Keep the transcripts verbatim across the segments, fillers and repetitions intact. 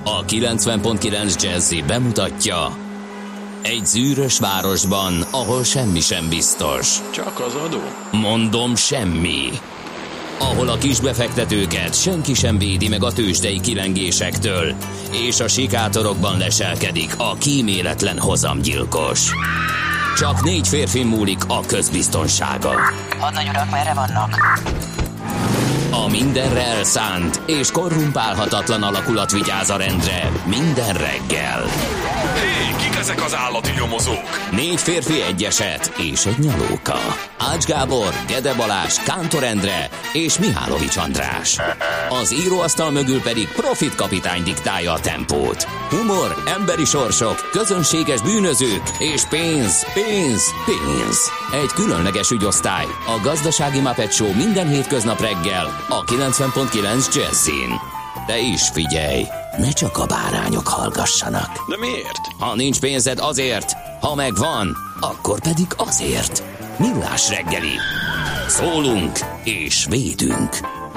A kilencven pont kilenc Jazzy bemutatja: egy zűrös városban, ahol semmi sem biztos. Csak az adó? Mondom, semmi. Ahol a kisbefektetőket senki sem védi meg a tőzsdei kilengésektől, és a sikátorokban leselkedik a kíméletlen hozamgyilkos. Csak négy férfi múlik a közbiztonsága. Hadnagy urak, merre vannak? A mindenre elszánt és korrumpálhatatlan alakulat vigyáz a rendre minden reggel. Hé, kik ezek az állati nyomozók? Négy férfi, egy eset és egy nyalóka. Ács Gábor, Gede Balázs, Kántor Endre és Mihálovics András. Az íróasztal mögül pedig Profit kapitány diktálja a tempót. Humor, emberi sorsok, közönséges bűnözők és pénz, pénz, pénz. Egy különleges ügyosztály, a Gazdasági Muppet Show minden hétköznap reggel a kilencven pont kilenc Jazzin. De is figyelj, ne csak a bárányok hallgassanak. De miért? Ha nincs pénzed, azért, ha megvan, akkor pedig azért. Millás reggeli. Szólunk és védünk.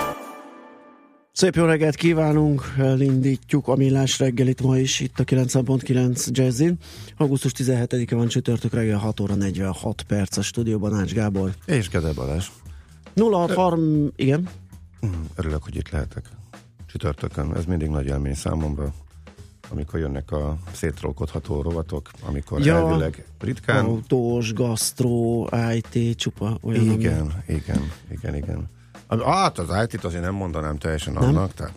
Szép jó reggelt kívánunk, elindítjuk a Millás reggelit ma is itt a kilencven pont kilenc Jazzin. augusztus tizenhetedike van, csütörtök reggel, hat óra negyvenhat perc a stúdióban. Ács Gábor és Gede Balázs. nulla hat harminc, igen. Örülök, hogy itt lehetek csütörtökön, ez mindig nagy élmény számomra, amikor jönnek a szétrókodható rovatok, amikor ja, elvileg ritkán... autós, gasztró, i té, csupa olyan. Igen, ami... igen, igen, igen. Hát az i té-t azért nem mondanám teljesen nem? annak, tehát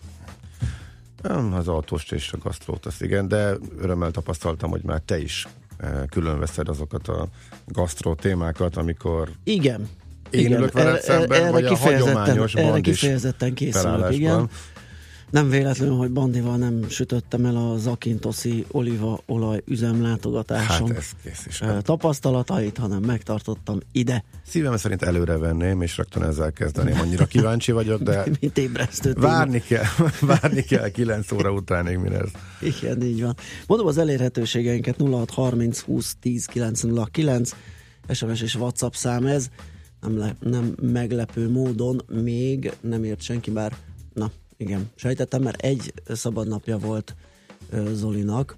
az autós és a gasztrót, azt igen, de örömmel tapasztaltam, hogy már te is külön veszed azokat a gasztró témákat, amikor igen, én igen. ülök veled erre, szemben, erre vagy a hagyományos erre bandis kifejezetten készülök, igen. Nem véletlenül, hogy Bandival nem sütöttem el a zakintoszi olívaolaj üzemlátogatásom hát ez kész is. tapasztalatait, hanem megtartottam ide. Szívem szerint előre venném, és rögtön ezzel kezdeném. Annyira kíváncsi vagyok, de mint ébresztő. Várni kell, várni kell kilenc óra utánig, mire ez. Igen, így van. Mondom az elérhetőségeinket: nulla hat harminc húsz tíz kilenc nulla kilenc, es em es és WhatsApp szám ez. Nem, le, nem meglepő módon még nem ért senki, bár na, igen, sejtettem, mert egy szabadnapja volt uh, Zolinak,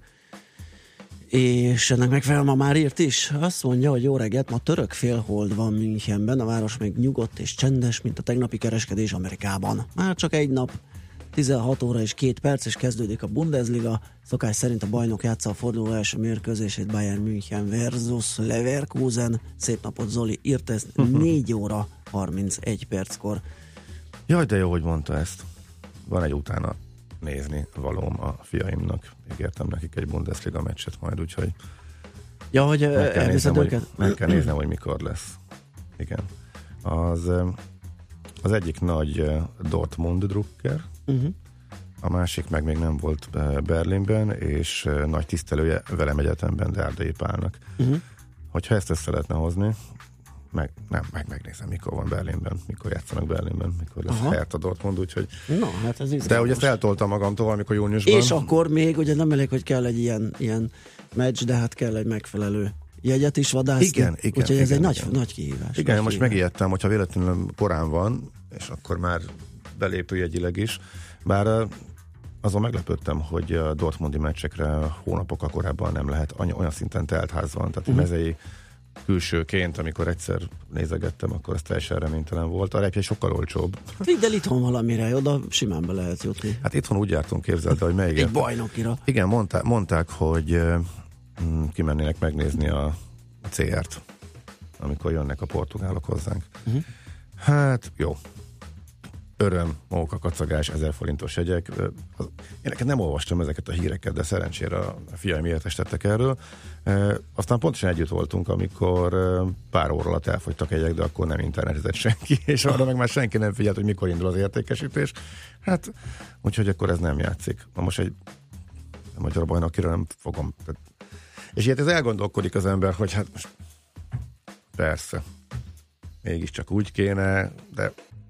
és ennek megfelelően ma már írt is. Azt mondja, hogy jó reggelt, ma török félhold van Münchenben, a város még nyugodt és csendes, mint a tegnapi kereskedés Amerikában. Már csak egy nap, tizenhat óra és két perc, és kezdődik a Bundesliga. Szokás szerint a bajnok játsza a forduló első mérkőzését, Bayern München versus Leverkusen. Szép napot, Zoli, írt ezt négy óra harmincegy perckor. Jaj, de jó, hogy mondta ezt. Van egy utána nézni valóm a fiaimnak. Ígértem nekik egy Bundesliga meccset majd, úgyhogy ja, hogy meg kell, néznem, őket? hogy, meg kell néznem, hogy mikor lesz. Igen. Az, az egyik nagy Dortmund drukker, uh-huh. a másik meg még nem volt Berlinben, és nagy tisztelője velem egyetemben, Dárdai Pálnak. Uh-huh. Hogyha ezt össze lehetne hozni, meg, nem, meg megnézem, mikor van Berlinben, mikor játszanak Berlinben, mikor lesz Hertha Dortmund, úgyhogy... No, hát ez izgalmas. De ugye ezt eltoltam magamtól, amikor júniusban... És akkor még, ugye nem elég, hogy kell egy ilyen, ilyen meccs, de hát kell egy megfelelő jegyet is vadászni. Igen, igen. Úgyhogy ez igen, egy igen. nagy, nagy kihívás. Igen, nagy most kihívás. megijedtem, hogyha véletlenül korán van, és akkor már belépőjegyileg is, bár azon meglepődtem, hogy a dortmundi meccsekre hónapokkal korábban nem lehet, olyan szinten teltház van, tehát uh-huh. mezei külsőként, amikor egyszer nézegettem, akkor ez teljesen reménytelen volt. A repjegy sokkal olcsóbb. Vidd el itthon valamire, oda simán be lehet jutni. Hát itthon úgy jártunk, képzelte, hogy melyik. Egy bajnokira. Igen, mondták, mondták hogy mm, kimennének megnézni a cé er-t, amikor jönnek a portugálok hozzánk. Uh-huh. Hát, jó. Öröm, móka, kacagás, ezer forintos jegyek. Én neked nem olvastam ezeket a híreket, de szerencsére a fiaim értestettek erről. E, aztán pontosan együtt voltunk, amikor pár óra alatt elfogytak jegyek, de akkor nem internetezett senki, és arra meg már senki nem figyelt, hogy mikor indul az értékesítés. Hát, úgyhogy akkor ez nem játszik. Na most egy magyar bajnokira nem fogom. És ilyet ez elgondolkodik az ember, hogy hát most persze, mégiscsak úgy kéne, de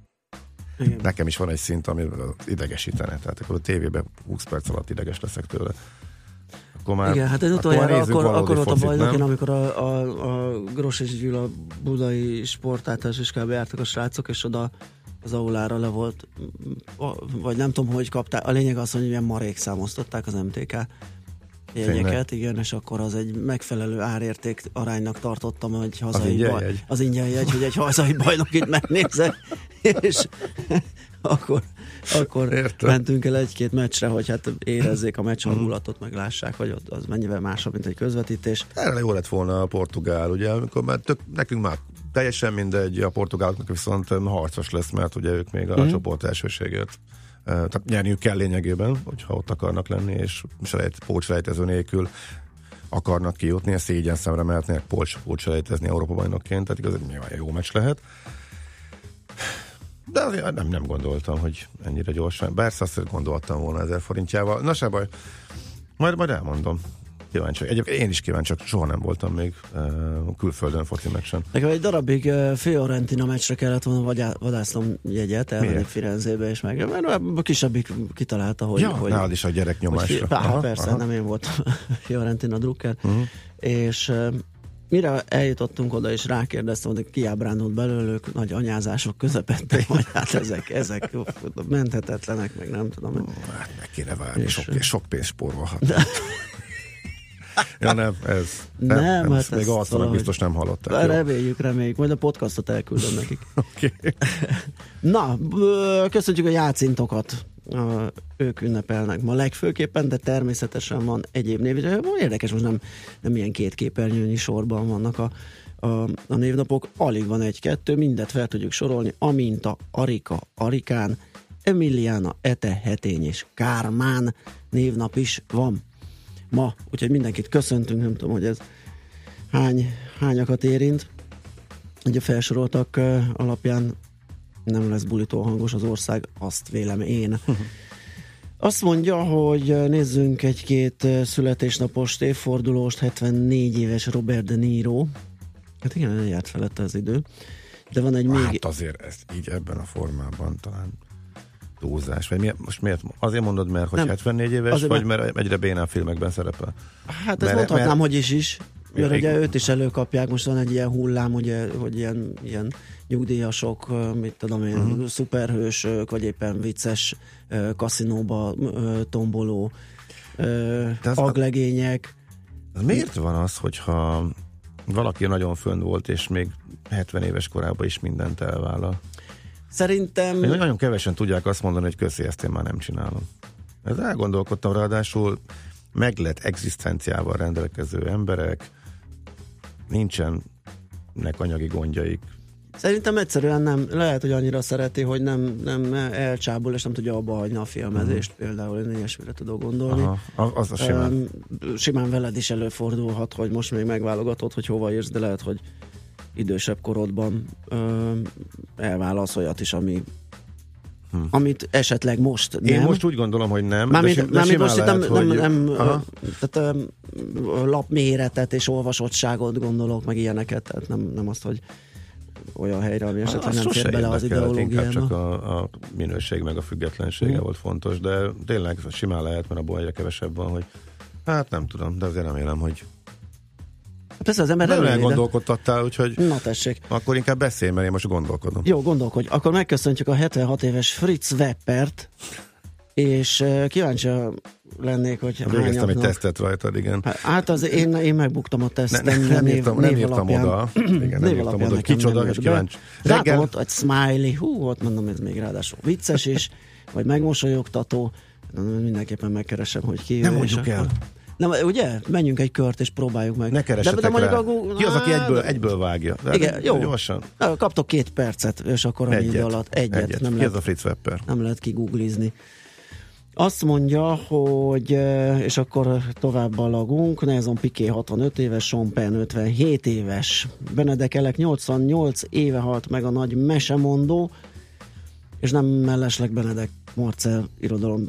igen. Nekem is van egy szint, ami idegesítene, tehát akkor a tévében húsz perc alatt ideges leszek tőle. akkor már, igen, hát ez akkor utoljára, már nézzük akkor, valódi akkor ott a focit, bajnok, nem? én amikor a, a, a Gros és Gyula budai sportáltalános iskába jártak a srácok, és oda az aulára le volt, vagy nem tudom, hogy kapták. A lényeg az, hogy ilyen marék számosztották az em té ká jegyeket, igen, és akkor az egy megfelelő árérték aránynak tartottam, hogy hazai az ingyen baj, jegy. az ingyen jegy, hogy egy hazai bajnokit megnézek, és akkor, akkor mentünk el egy-két meccsre, hogy hát érezzék a meccs hangulatot, meg lássák, hogy ott az mennyivel másabb, mint egy közvetítés. Erre jó lett volna a portugál, ugye, amikor már tök, nekünk már teljesen mindegy, a portugáloknak viszont harcos lesz, mert ugye ők még a mm. csoport elsőségért tehát nyerniük kell lényegében, hogyha ott akarnak lenni, és selejt, pótselejtező nélkül akarnak kijutni, ezt szégyen szemre mehetnének pótselejtezni Európa bajnokként, tehát igaz, nyilván jó meccs lehet. De azért nem, nem gondoltam, hogy ennyire gyorsan. Persze azt gondoltam volna ezer forintjával. Na se baj, majd, majd elmondom. Kíváncsi. Egyébként én is kíváncsi, soha nem voltam még uh, külföldön foci meccsen. Nekem egy darabig uh, Fiorentina meccsre kellett volna vagyá- vadásznom jegyet, elmenni Firenzébe, és meg, mert a kisebbik kitalálta, hogy... Ja, hogy nálad is a gyerek nyomásra. Hogy, aha, persze, aha. Nem én voltam Fiorentina drukker, uh-huh. és uh, mire eljutottunk oda, és rákérdeztem, hogy kiábrándult belőlük, nagy anyázások közepette, hogy hát ezek, ezek menthetetlenek, meg nem tudom. Uh, hát meg kéne várni, és, sok, sok pénzt spórolhat. Ja nem, ez nem, nem, nem hát még arcnak biztos nem hallották. Reméljük, reméljük, majd a podcastot elküldöm nekik. Okay. Na, köszönjük a játszintokat. Ők ünnepelnek ma legfőképpen, de természetesen van egyéb név. Érdekes, most nem, nem ilyen két képernyőnyi sorban vannak a, a, a névnapok. Alig van egy-kettő, mindet fel tudjuk sorolni. Aminta, Arika, Arikán, Emiliana, Ete, Hetény és Kármán névnap is van ma, úgyhogy mindenkit köszöntünk, nem tudom, hogy ez hány, hányakat érint. Ugye felsoroltak uh, alapján nem lesz bulitól hangos az ország, azt vélem én. Azt mondja, hogy nézzünk egy-két születésnapos évfordulóst, hetvennégy éves Robert De Niro. Hát igen, járt felette az idő. De van egy még... Hát azért ez így ebben a formában talán túlzás. Vagy miért, most miért? Azért mondod, mert hogy nem, hetvennégy éves, vagy mert, mert egyre bénán filmekben szerepel? Hát ezt mondhatnám, mert... hogy is is. Mert ugye őt is előkapják, most van egy ilyen hullám, ugye, hogy ilyen, ilyen nyugdíjasok, mit tudom én, uh-huh. szuperhősök, vagy éppen vicces kaszinóba tomboló aglegények. Az miért van az, hogyha valaki nagyon fönn volt, és még hetven éves korában is mindent elvállal? Szerintem... Még nagyon kevesen tudják azt mondani, hogy köszi, ezt én már nem csinálom. Ez elgondolkodtam, ráadásul meglett egzisztenciával rendelkező emberek, nincsenek anyagi gondjaik. Szerintem egyszerűen nem, lehet, hogy annyira szereti, hogy nem, nem elcsábul, és nem tudja abba hagyni a filmezést, uh-huh. például én ilyesmire tudok gondolni. Aha, az a simán. Um, simán veled is előfordulhat, hogy most még megválogatod, hogy hova írsz, de lehet, hogy idősebb korodban um, elválasz olyat is, ami Hmm. amit esetleg most nem. Én most úgy gondolom, hogy nem. Mármint, de, sim, de mármint most lehet, nem, hogy... nem, nem tehát um, lapméretet és olvasottságot gondolok, meg ilyeneket, tehát nem, nem azt, hogy olyan helyre, ami esetleg nem fér bele az ideológiába. Csak a, a minőség meg a függetlensége hmm. volt fontos, de tényleg simán lehet, mert abból egyre kevesebb van, hogy hát nem tudom, de azért remélem, hogy persze az ember nem elgondolkodtattál, úgyhogy na tessék. Akkor inkább beszélj, mert én most gondolkodom. Jó, gondolkodj. Akkor megköszöntjük a hetvenhat éves Fritz Weppert, és uh, kíváncsi lennék, hogy hányaknak... Végeztem egy tesztet rajtad, igen. Hát az én, én megbuktam a teszten. Ne, ne, nem, név, írtam, név nem írtam oda. Igen, nem írtam oda, hogy kicsoda, és kíváncsi. Látom ott egy smiley, hú, ott mondom, ez még ráadásul vicces is, vagy megmosolyogtató. Mindenképpen megkeresem, hogy ki. Nem mondjuk el. Nem, ugye? Menjünk egy kört, és próbáljuk meg. Ne keressetek de, de rá. A... Ki az, aki egyből, egyből vágja? De igen, jó. Gyorsan. Kaptok két percet, és akkor a idő alatt egyet. egyet. Nem Ki lehet, az a Fritz Wepper? Nem lehet kigooglizni. Azt mondja, hogy, és akkor tovább balagunk, Nelson Piquet hatvanöt éves, Sean Penn ötvenhét éves, Benedek Elek nyolcvannyolc éve halt meg, a nagy mesemondó, és nem mellesleg Benedek Marcel irodalom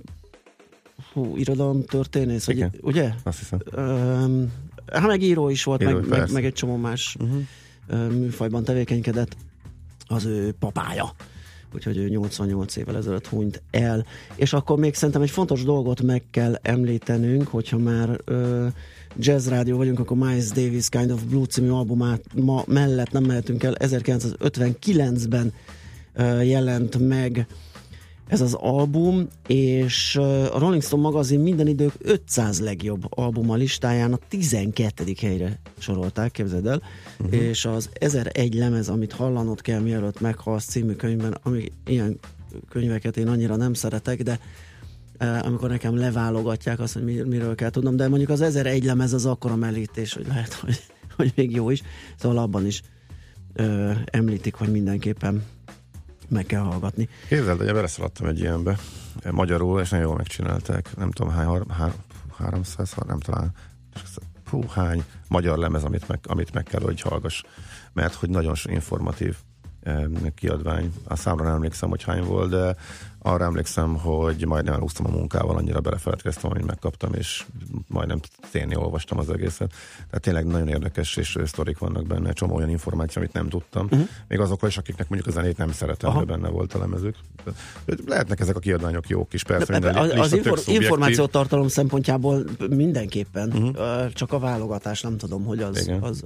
Hú, irodalom történész, vagy, ugye? Azt hiszem. Um, hát meg író is volt, író, meg, meg, meg egy csomó más uh-huh. műfajban tevékenykedett, az ő papája úgyhogy ő nyolcvannyolc évvel ezelőtt hunyt el. És akkor még szerintem egy fontos dolgot meg kell említenünk, hogyha már ö, jazz rádió vagyunk, akkor Miles Davis Kind of Blue című albumát ma mellett nem mehetünk el. ezerkilencszázötvenkilencben ö, jelent meg ez az album, és a Rolling Stone magazin minden idők ötszáz legjobb albuma listáján a tizenkettedik helyre sorolták, képzeld el, uh-huh. és az ezeregy lemez, amit hallanod kell, mielőtt meghalsz című könyvben, ami ilyen könyveket én annyira nem szeretek, de eh, amikor nekem leválogatják azt, hogy mir- miről kell tudnom, de mondjuk az ezeregy lemez az akkora melítés, hogy lehet, hogy, hogy még jó is, szóval abban is eh, említik, hogy mindenképpen meg kell hallgatni. Képzeld, hogy beleszaladtam egy ilyenbe magyarul, és nagyon jól megcsinálták. Nem tudom hány, hár, háromszáz, nem talán. Hú, hány magyar lemez, amit meg, amit meg kell, hogy hallgass. Mert hogy nagyon informatív eh, kiadvány. A számra nem emlékszem, hogy hány volt, de arra emlékszem, hogy majdnem elúsztam a munkával, annyira belefeledkeztem, amit megkaptam, és majdnem tényleg olvastam az egészet. Tehát tényleg nagyon érdekes és sztorik vannak benne, csomó olyan információ, amit nem tudtam. Uh-huh. Még azokról is, akiknek mondjuk a zenét nem szeretem, de benne volt a lemezük. Lehetnek ezek a kiadványok jók is, persze. De, az az infor- információtartalom szempontjából mindenképpen, uh-huh. csak a válogatás, nem tudom, hogy az... az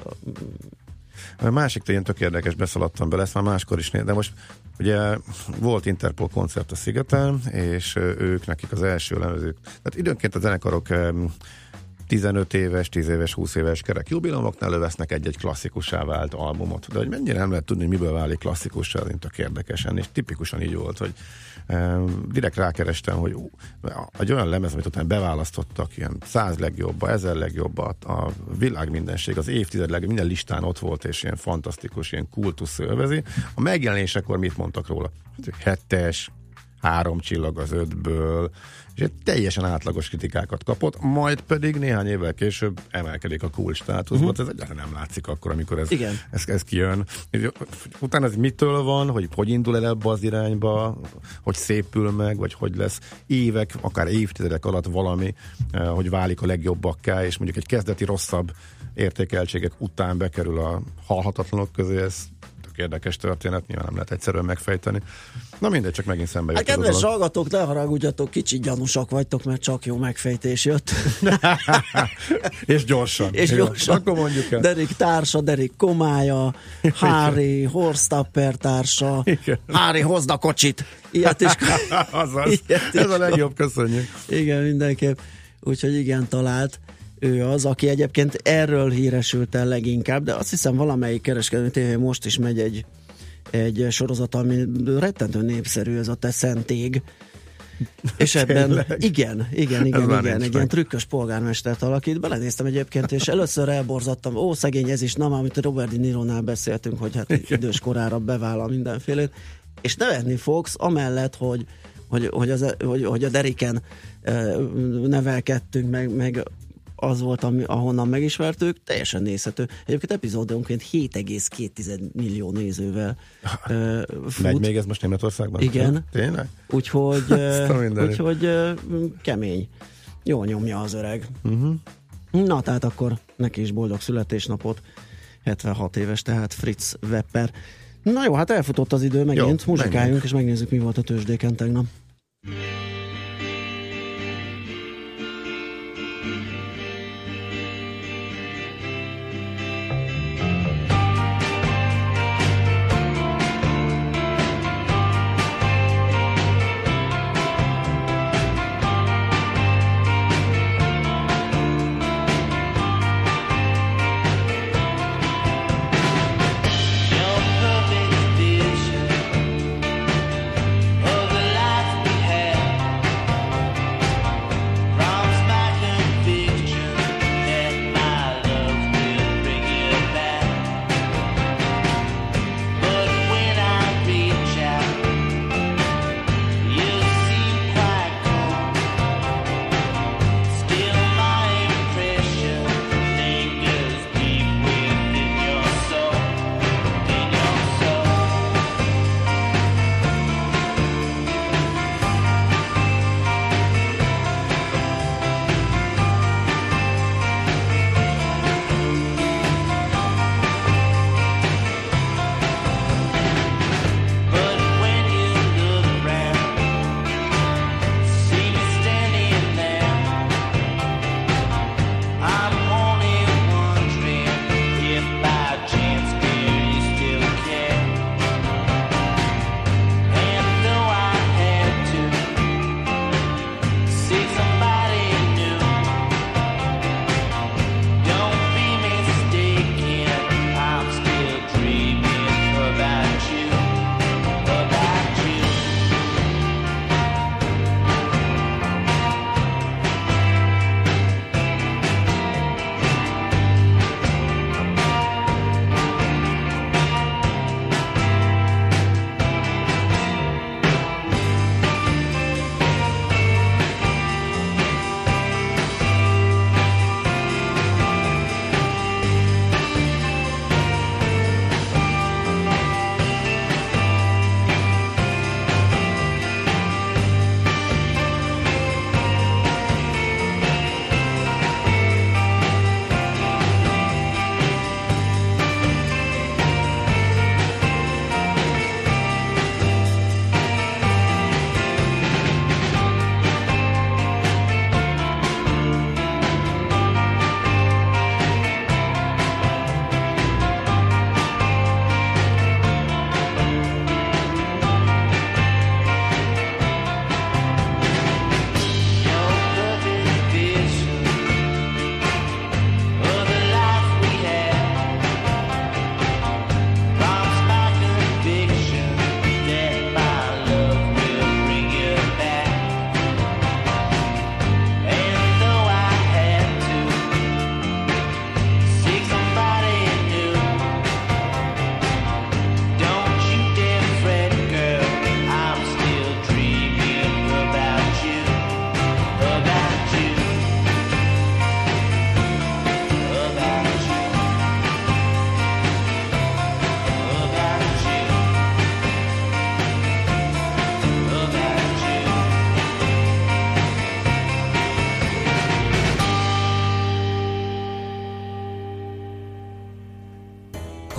a másik ilyen tök érdekes, beszaladtam bele, ezt már máskor is néz, de most ugye volt Interpol koncert a Szigeten, és ők nekik az első lemezük. Tehát időnként a zenekarok tizenöt éves, tíz éves, húsz éves kerek jubileumoknál lövesznek egy-egy klasszikussá vált albumot. De hogy mennyire nem lehet tudni, hogy miből válik klasszikussá, az tök érdekesen, és tipikusan így volt, hogy um, direkt rákerestem, hogy uh, egy olyan lemez, amit utána beválasztottak, ilyen száz legjobba, ezer legjobba, a világ mindenség, az évtized legjobb, minden listán ott volt, és ilyen fantasztikus, ilyen kultusz élvezi. A megjelenésekor mit mondtak róla? Hetes, három csillag az ötből, és egy teljesen átlagos kritikákat kapott, majd pedig néhány évvel később emelkedik a cool státuszba, uh-huh. ez egyáltalán nem látszik akkor, amikor ez, ez, ez kijön. Utána ez mitől van, hogy hogy indul el ebbe az irányba, hogy szépül meg, vagy hogy lesz évek, akár évtizedek alatt valami, hogy válik a legjobbakká, és mondjuk egy kezdeti rosszabb értékeltségek után bekerül a halhatatlanok közé, ez érdekes történet, nyilván nem lehet egyszerűen megfejteni. Na mindegy, csak megint szembe jött. Hát kedves hallgatók, ne haragudjatok, kicsit gyanúsak vagytok, mert csak jó megfejtés jött. És gyorsan. És gyorsan. Akkor mondjuk el. Derek társa, Derek komája, Harry Horstapper társa, igen. Harry hozd a kocsit. Ilyet is. Azaz. Ilyet is. Ez a legjobb, köszönjük. Igen, mindenképp. Úgyhogy igen, talált. Ő az, aki egyébként erről híresült el leginkább, de azt hiszem valamelyik kereskedelmi tévé most is megy egy, egy sorozat, ami rettentő népszerű, ez a Te Szent Ég. És ebben, igen, igen, igen, igen, egy ilyen trükkös polgármestert alakít. Belenéztem egyébként, és először elborzadtam, ó, szegény, ez is, nem, amit Robert De Nironál beszéltünk, hogy hát idős korára bevállal mindenfélét, és nevetni fogsz, amellett, hogy, hogy, hogy, az, hogy, hogy a Deriken nevelkedtünk, meg, meg az volt, ami, ahonnan megismertük, teljesen nézhető. Egyébként epizódonként hét egész két millió nézővel uh, fut. Megy még ez most Németországban? Igen. Tényleg? Úgyhogy, uh, úgyhogy uh, kemény. Jól nyomja az öreg. Uh-huh. Na, tehát akkor neki is boldog születésnapot. hetvenhat éves, tehát Fritz Wepper. Na jó, hát elfutott az idő megint. Jó, muzsikáljunk, és megnézzük, mi volt a tőzsdéken tegnap. Of the life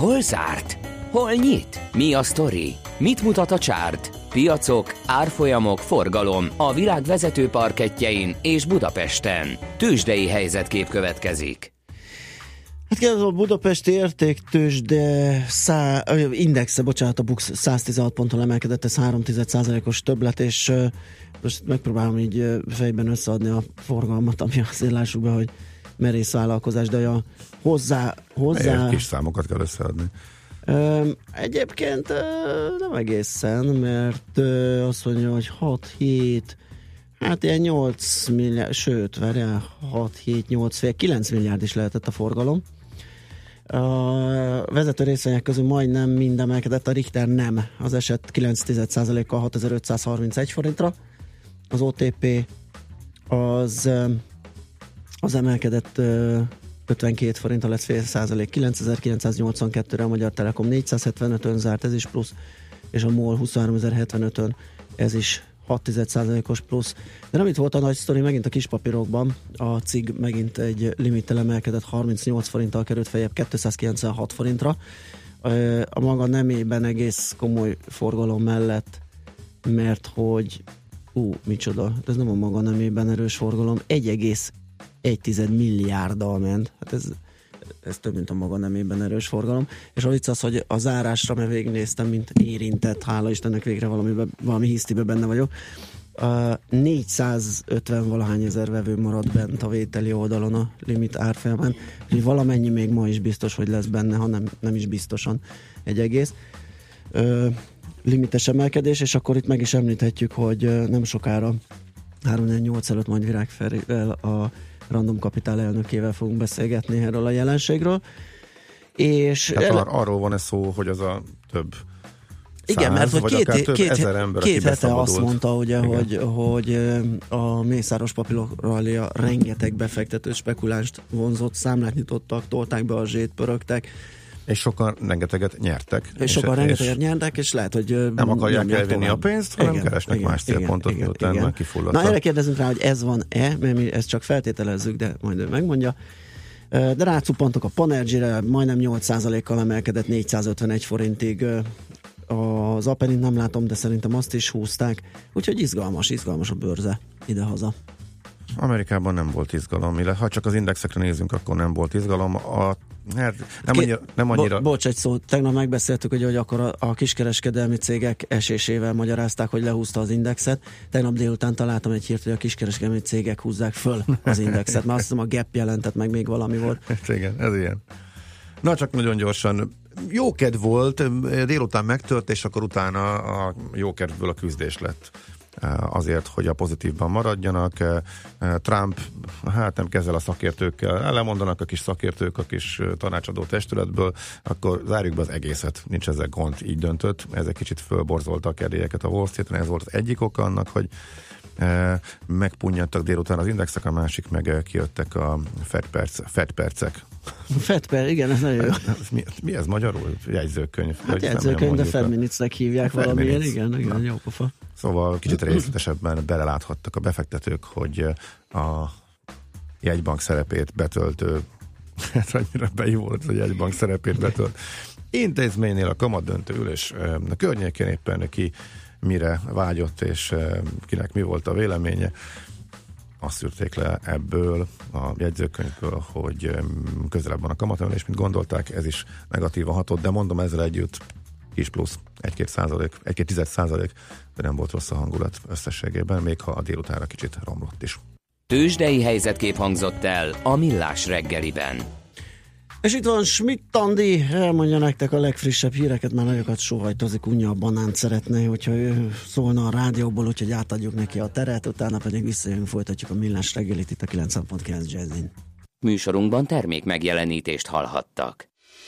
hol zárt? Hol nyit? Mi a sztori? Mit mutat a csárt? Piacok, árfolyamok, forgalom a világ vezető parkettjein és Budapesten. Tőzsdei helyzetkép következik. Hát kérdez, a budapesti értéktőzsde szá, indexe, bocsánat, a BUX száztizenhat ponton emelkedett, ez három egész egy százalékos többlet, és uh, most megpróbálom így uh, fejben összeadni a forgalmat, ami azért lássuk be, hogy merész vállalkozás, de a hozzá... hozzá... Melyek kis számokat kell összeadni. Um, egyébként uh, nem egészen, mert uh, azt mondja, hogy hat hét, hát ilyen nyolc milliárd, sőt, várjál, hat hét nyolc fél, kilenc milliárd is lehetett a forgalom. A vezető részvények közül majdnem mind emelkedett, a Richter nem, az eset kilenc egész egy százalékkal hatezer-ötszázharmincegy forintra, az o té pé az, az emelkedett ötvenkét forinttal lett fél százalék, kilencezer-kilencszáznyolcvankettőre, a Magyar Telekom négyszázhetvenötön zárt, ez is plusz, és a MOL huszonháromezer-hetvenötön, ez is hat egész egy százalékos plusz. De nem itt volt a nagy sztori, megint a kis papírokban, a cég megint egy limittel emelkedett, harmincnyolc forinttal került feljebb kétszázkilencvenhat forintra. A maga nemében egész komoly forgalom mellett, mert hogy ú, micsoda, ez nem a maga nemében erős forgalom, egy egész egy milliárddal ment. Hát ez, ez több, mint a maga nemében erős forgalom. És a vicc az, hogy a zárásra, mert végignéztem, mint érintett, hála Istennek végre valami, valami hisztibe benne vagyok. Uh, négyszázötven valahány ezer vevő maradt bent a vételi oldalon a limit árfolyamán, úgyhogy valamennyi még ma is biztos, hogy lesz benne, ha nem, nem is biztosan egy egész. Uh, limites emelkedés, és akkor itt meg is említhetjük, hogy uh, nem sokára három nyolc előtt majd Virág Ferivel, a Random Capital elnökével fogunk beszélgetni erről a jelenségről. És hát el... ar- arról van ez szó, hogy az a több igen, száz, mert hogy vagy két, akár több két, ezer ember, két hete azt beszabadult. mondta, ugye, hogy, hogy a Mészáros Papírokrália rengeteg befektető spekulánst vonzott, számlát nyitottak, tolták be a zsét, pörögtek. És sokan rengeteget nyertek. És, és sokan rengeteget nyertek, és lehet, hogy nem akarják elvinni tovább. a pénzt, hanem igen, keresnek igen, más célpontot, igen, miután igen. már kifulladtak. Na, erre kérdezünk rá, hogy ez van-e, mert mi ezt csak feltételezzük, de majd ő megmondja. De rácuppantok a Panergyre, majdnem nyolc százalékkal emelkedett négyszázötvenegy forintig. Az Apenint nem látom, de szerintem azt is húzták. Úgyhogy izgalmas, izgalmas a bőrze idehaza. Amerikában nem volt izgalom, illetve ha csak az indexekre nézünk, akkor nem volt izgalom. A, hát nem, Ké, annyira, nem annyira... Bo- bocs, egy szó, tegnap megbeszéltük, hogy, hogy akkor a, a kiskereskedelmi cégek esésével magyarázták, hogy lehúzta az indexet. Tegnap délután találtam egy hírt, hogy a kiskereskedelmi cégek húzzák föl az indexet, mert azt hiszem a Gap jelentett meg, még valami volt. Igen, ez ilyen. Na, csak nagyon gyorsan. Jó kedv volt, délután megtört, és akkor utána a jó kedvből a küzdés lett azért, hogy a pozitívban maradjanak. Trump, hát nem kezel a szakértőkkel, lemondanak a kis szakértők a kis tanácsadó testületből, akkor zárjuk be az egészet, nincs ezzel gond, így döntött. Ez egy kicsit fölborzolta a kedélyeket a Wall Street-en, ez volt az egyik oka annak, hogy megpunnyadtak délután az indexek, a másik meg kijöttek a Fed, perc, Fed percek. Fed perc, igen, ez nagyon jó. Mi, mi ez magyarul? Jegyzőkönyv. Hát jegyzőkönyv, de Fed Minutes-nek hívják valamiért, igen, igen, jó pofa. Szóval kicsit részletesebben beleláthattak a befektetők, hogy a jegybank szerepét betöltő, hát annyira beivult, hogy a jegybank szerepét betölt intézménynél a kamatdöntő ülés a környékén éppen ki mire vágyott, és kinek mi volt a véleménye. Azt szűrték le ebből a jegyzőkönyvből, hogy közelebb van a kamatemelés, mint gondolták, ez is negatívan hatott, de mondom, ezzel együtt kis plusz, egy-két százalék, egy-két tized százalék, de nem volt rossz a hangulat összességében, még ha a délutánra kicsit romlott is. Tőzsdei helyzetkép hangzott el a Millás reggeliben. És itt van Schmidt Andi, elmondja nektek a legfrissebb híreket, már nagyokat sóhajtozik, unja a banánt szeretné, hogyha ő szólna a rádióból, úgyhogy átadjuk neki a teret, utána pedig visszajövünk, folytatjuk a Millás reggelit itt a kilencven pont kilenc Jazzin. Műsorunkban termék megjelenítést hallhattak.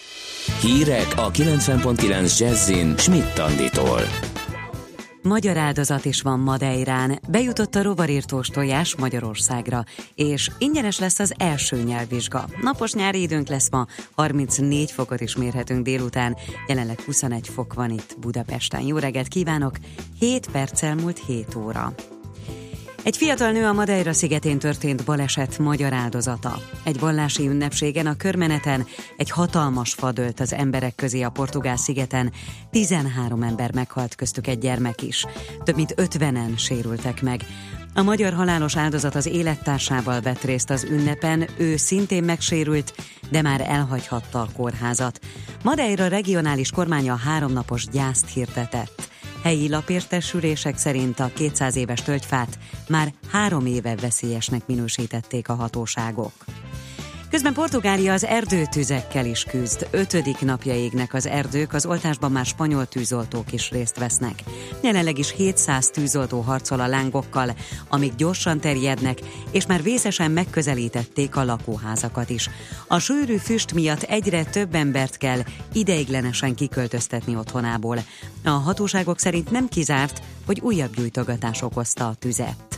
Hírek a kilencven pont kilenc Jazzin Schmidt Anditól. Magyar áldozat is van Madeirán, bejutott a rovarírtós tojás Magyarországra, és ingyenes lesz az első nyelvvizsga. Napos nyári időnk lesz ma, harmincnégy fokot is mérhetünk délután, jelenleg huszonegy fok van itt Budapesten. Jó reggelt kívánok, hét perccel múlt hét óra. Egy fiatal nő a Madeira szigetén történt baleset magyar áldozata. Egy vallási ünnepségen a körmeneten egy hatalmas fa dőlt az emberek közé a portugál szigeten. tizenhárom ember meghalt, köztük egy gyermek is. Több mint ötvenen sérültek meg. A magyar halálos áldozat az élettársával vett részt az ünnepen, ő szintén megsérült, de már elhagyhatta a kórházat. Madeira regionális kormánya háromnapos gyászt hirdetett. Helyi lapértesülések szerint a kétszáz éves tölgyfát már három éve veszélyesnek minősítették a hatóságok. Közben Portugália az erdőtüzekkel is küzd. Ötödik napja égnek az erdők, az oltásban már spanyol tűzoltók is részt vesznek. Jelenleg is hétszáz tűzoltó harcol a lángokkal, amik gyorsan terjednek, és már vészesen megközelítették a lakóházakat is. A sűrű füst miatt egyre több embert kell ideiglenesen kiköltöztetni otthonából. A hatóságok szerint nem kizárt, hogy újabb gyújtogatás okozta a tüzet.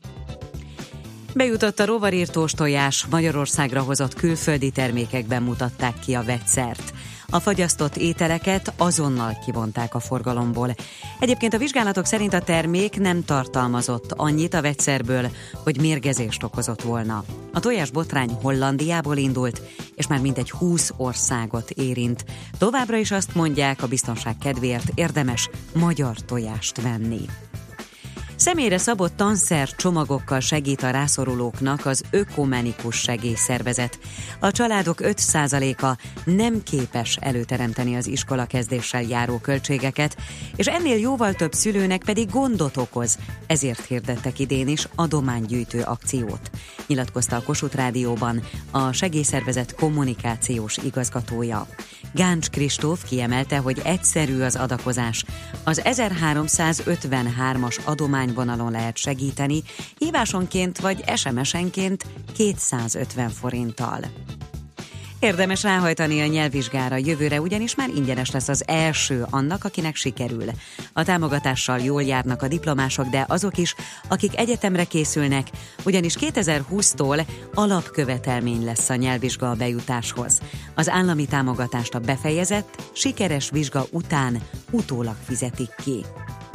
Bejutott a rovarírtós tojás, Magyarországra hozott külföldi termékekben mutatták ki a vegyszert. A fagyasztott ételeket azonnal kivonták a forgalomból. Egyébként a vizsgálatok szerint a termék nem tartalmazott annyit a vegyszerből, hogy mérgezést okozott volna. A tojás botrány Hollandiából indult, és már mintegy húsz országot érint. Továbbra is azt mondják, a biztonság kedvéért érdemes magyar tojást venni. Személyre szabott tanszer csomagokkal segít a rászorulóknak az Ökumenikus Segélyszervezet. A családok öt százaléka nem képes előteremteni az iskolakezdéssel járó költségeket, és ennél jóval több szülőnek pedig gondot okoz, ezért hirdettek idén is adománygyűjtő akciót. Nyilatkozta a Kossuth Rádióban a segélyszervezet kommunikációs igazgatója. Gáncs Kristóf kiemelte, hogy egyszerű az adakozás. Az ezerháromszázötvenhármas adományvonalon lehet segíteni, hívásonként vagy es em es-enként kétszázötven forinttal. Érdemes ráhajtani a nyelvvizsgára, jövőre ugyanis már ingyenes lesz az első annak, akinek sikerül. A támogatással jól járnak a diplomások, de azok is, akik egyetemre készülnek, ugyanis kétezer-húsztól alapkövetelmény lesz a nyelvvizsga a bejutáshoz. Az állami támogatást a befejezett, sikeres vizsga után utólag fizetik ki.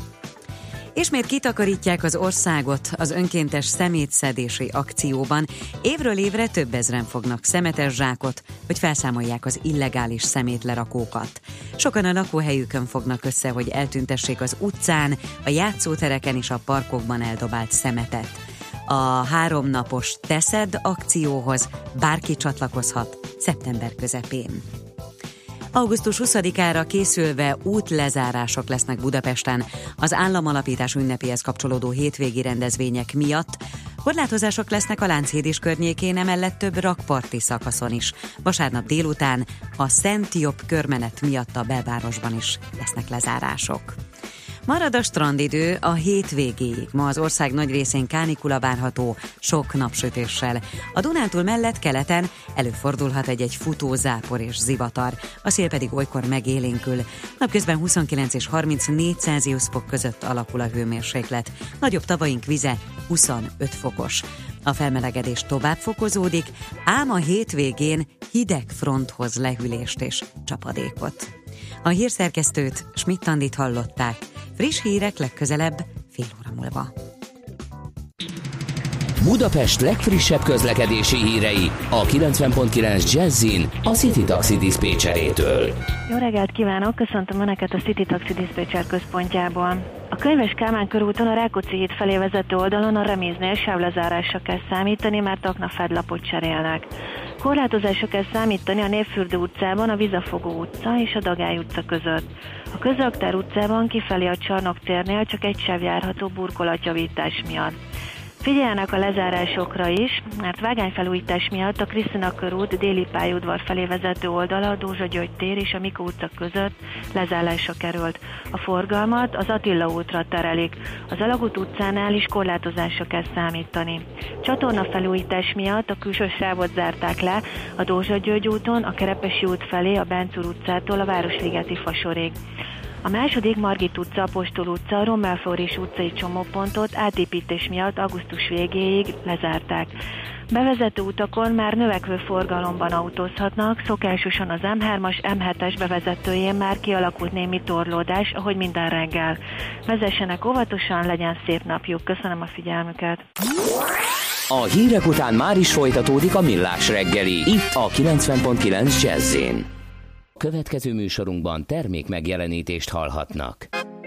Ismét kitakarítják az országot az önkéntes szemétszedési akcióban. Évről évre több ezren fognak szemetes zsákot, hogy felszámolják az illegális szemétlerakókat. Sokan a lakóhelyükön fognak össze, hogy eltüntessék az utcán, a játszótereken és a parkokban eldobált szemetet. A háromnapos Teszed akcióhoz bárki csatlakozhat szeptember közepén. augusztus huszadikára készülve útlezárások lesznek Budapesten az államalapítás ünnepéhez kapcsolódó hétvégi rendezvények miatt. Korlátozások lesznek a Lánchíd és környékén, emellett több rakparti szakaszon is. Vasárnap délután a Szent Jobb körmenet miatt a belvárosban is lesznek lezárások. Marad a strandidő a hétvégéig. Ma az ország nagy részén kánikula várható, sok napsütéssel. A Dunántúl mellett keleten előfordulhat egy-egy futó, zápor és zivatar. A szél pedig olykor megélénkül. Napközben huszonkilenc és harmincnégy Celsius fok között alakul a hőmérséklet. Nagyobb tavaink vize huszonöt fokos. A felmelegedés tovább fokozódik, ám a hétvégén hideg fronthoz lehűlést és csapadékot. A hírszerkesztőt, Schmidt-Andit hallották. Friss hírek legközelebb fél óra múlva. Budapest legfrissebb közlekedési hírei a kilencven pont kilenc Jazzin a City Taxi diszpécserétől. Jó reggelt kívánok, köszöntöm Önöket a City Taxi diszpécser központjából. A Könyves Kálmán körúton a Rákóczi híd felé vezető oldalon a remíznél sávlezárásra kell számítani, mert aknafedlapot cserélnek. Korlátozásra kell számítani a Névfürdő utcában, a Vizafogó utca és a Dagály utca között. A Közraktár utcában kifelé a Csarnok térnél csak egy sáv járható burkolatjavítás miatt. Figyeljenek a lezárásokra is, mert vágányfelújítás miatt a Krisztina körút déli pályaudvar felé vezető oldala, a Dózsa György tér és a Mikó utca között lezárásra került. A forgalmat az Attila útra terelik. Az Alagút utcánál is korlátozásra kell számítani. Csatornafelújítás miatt a külső sávot zárták le a Dózsa György úton, a Kerepesi út felé, a Bánc úr utcától a Városligeti fasorig. A második Margit utca, Apostol utca, Rommel-Flóris utcai csomópontot átépítés miatt augusztus végéig lezárták. Bevezető utakon már növekvő forgalomban autózhatnak, szokásosan az em hármas, em hetes bevezetőjén már kialakult némi torlódás, ahogy minden reggel. Vezessenek óvatosan, legyen szép napjuk. Köszönöm a figyelmüket. A hírek után már is folytatódik a Millás reggeli, itt a kilencven pont kilenc Jazz-in. Következő műsorunkban termék megjelenítést hallhatnak.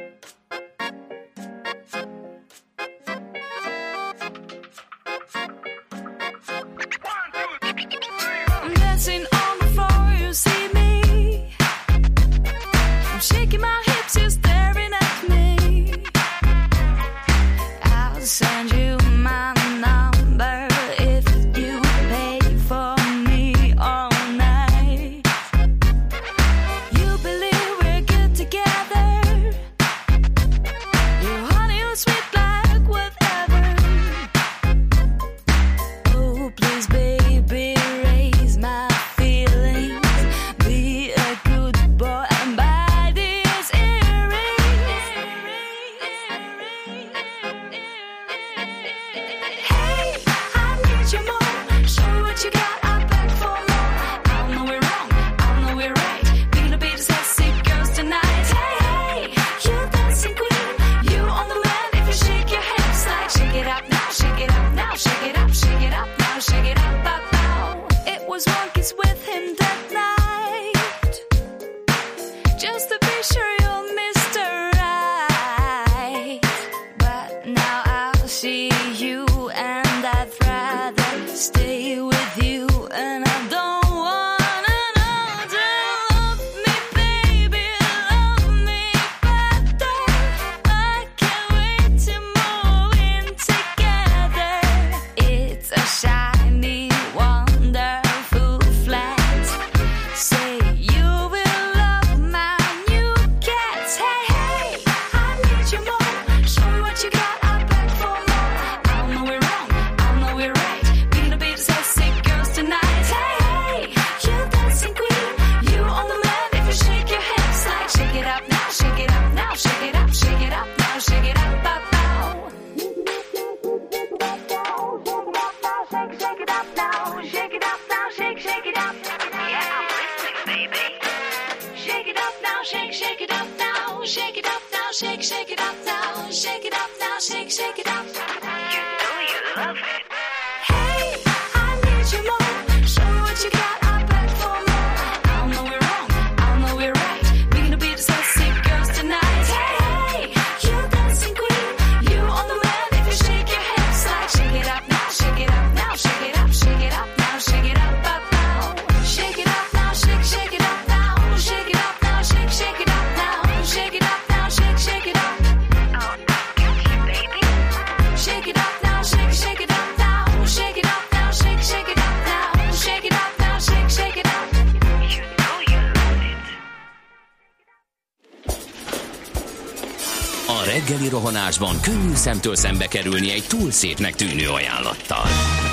Reggeli rohanásban könnyű szemtől szembe kerülni egy túl szépnek tűnő ajánlattal.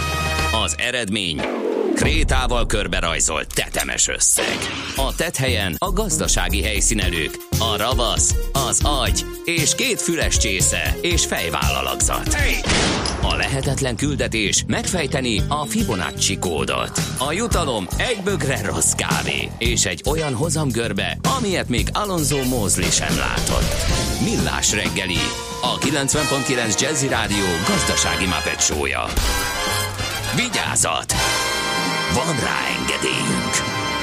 Az eredmény krétával körberajzolt tetemes összeg. A tetthelyen a gazdasági helyszínelők, a ravasz, az agy és két füles csésze és fejvállalakzat. A lehetetlen küldetés megfejteni a Fibonacci kódot. A jutalom egy bögre rossz kávé és egy olyan hozamgörbe, amilyet még Alonso Mosley sem látott. Millás reggeli, a kilencven pont kilenc Jazzy Rádió gazdasági Muppet show-ja. Vigyázat! Van rá engedélyünk!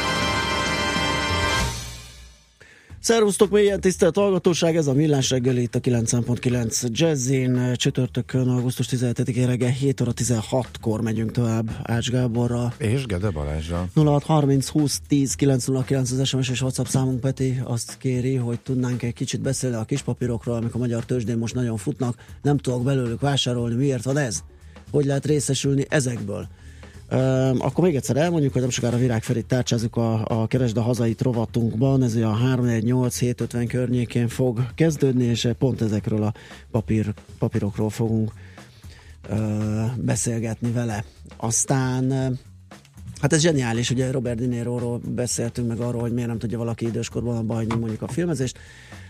Szervusztok, mélyen tisztelt hallgatóság, ez a Millás reggeli itt a kilencven pont kilenc Jazzin. Csütörtökön, augusztus tizenhetedikén reggel hét óra tizenhatkor megyünk tovább Ács Gáborral. És Gede Balázsral. nulla hat harminc húsz tíz kilenc nulla kilenc az es em es és WhatsApp számunk. Peti azt kéri, hogy tudnánk egy kicsit beszélni a kispapírokról, amik a magyar tőzsdén most nagyon futnak. Nem tudok belőlük vásárolni. Miért van ez? Hogy lehet részesülni ezekből? Uh, akkor még egyszer elmondjuk, hogy nem sokára Virág Ferit tárcsázunk a, a Keresd a hazait rovatunkban, ez a három négy nyolc hét ötven környékén fog kezdődni, és pont ezekről a papír, papírokról fogunk uh, beszélgetni vele. Aztán uh, hát ez zseniális, ugye Robert De Niroról beszéltünk, meg arról, hogy miért nem tudja valaki időskorban abba hagyni mondjuk a filmezést.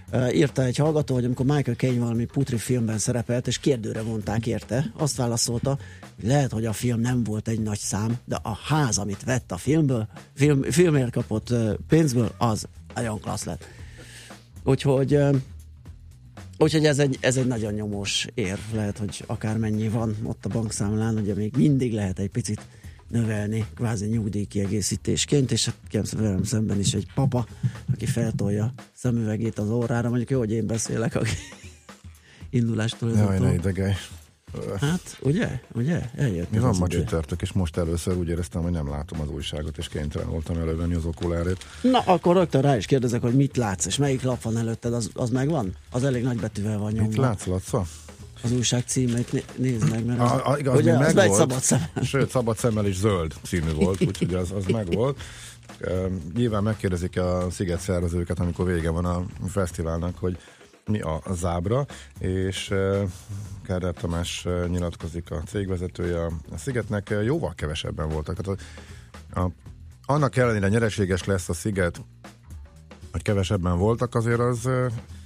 Uh, írta egy hallgató, hogy amikor Michael Caine valami putri filmben szerepelt, és kérdőre vonták érte, azt válaszolta, hogy lehet, hogy a film nem volt egy nagy szám, de a ház, amit vett a filmből, film, filmért kapott uh, pénzből, az nagyon klassz lett. Úgyhogy, uh, úgyhogy ez, egy, ez egy nagyon nyomós érv, lehet, hogy akármennyi van ott a bankszámlán, ugye még mindig lehet egy picit növelni, kvázi nyugdíjkiegészítésként, és hát velem szemben is egy papa, aki feltolja szemüvegét az órára, mondjuk jó, hogy én beszélek, aki indulástól Jaj, ne idegelj. Hát, ugye? Ugye? Eljött. Mi van ma csütörtök, és most először úgy éreztem, hogy nem látom az újságot, és kénytelen voltam elővenni az okulárét. Na, akkor rögtön rá is kérdezek, hogy mit látsz, és melyik lap van előtted, az, az megvan? Az elég nagy betűvel van nyomva. Mit látsz, Laca? Az újság címét né- nézd meg, mert az, a, a, igaz, ugye, az meg egy volt, szabad szemmel. Sőt, szabad szemmel is zöld színű volt, úgyhogy az, az meg volt. Uh, nyilván megkérdezik a Sziget szervezőket, amikor vége van a fesztiválnak, hogy mi a, a zábra, és uh, Kádár Tamás uh, nyilatkozik, a cégvezetője a Szigetnek, uh, jóval kevesebben voltak. Tehát a, a, annak ellenére nyereséges lesz a Sziget, hogy kevesebben voltak, azért az uh,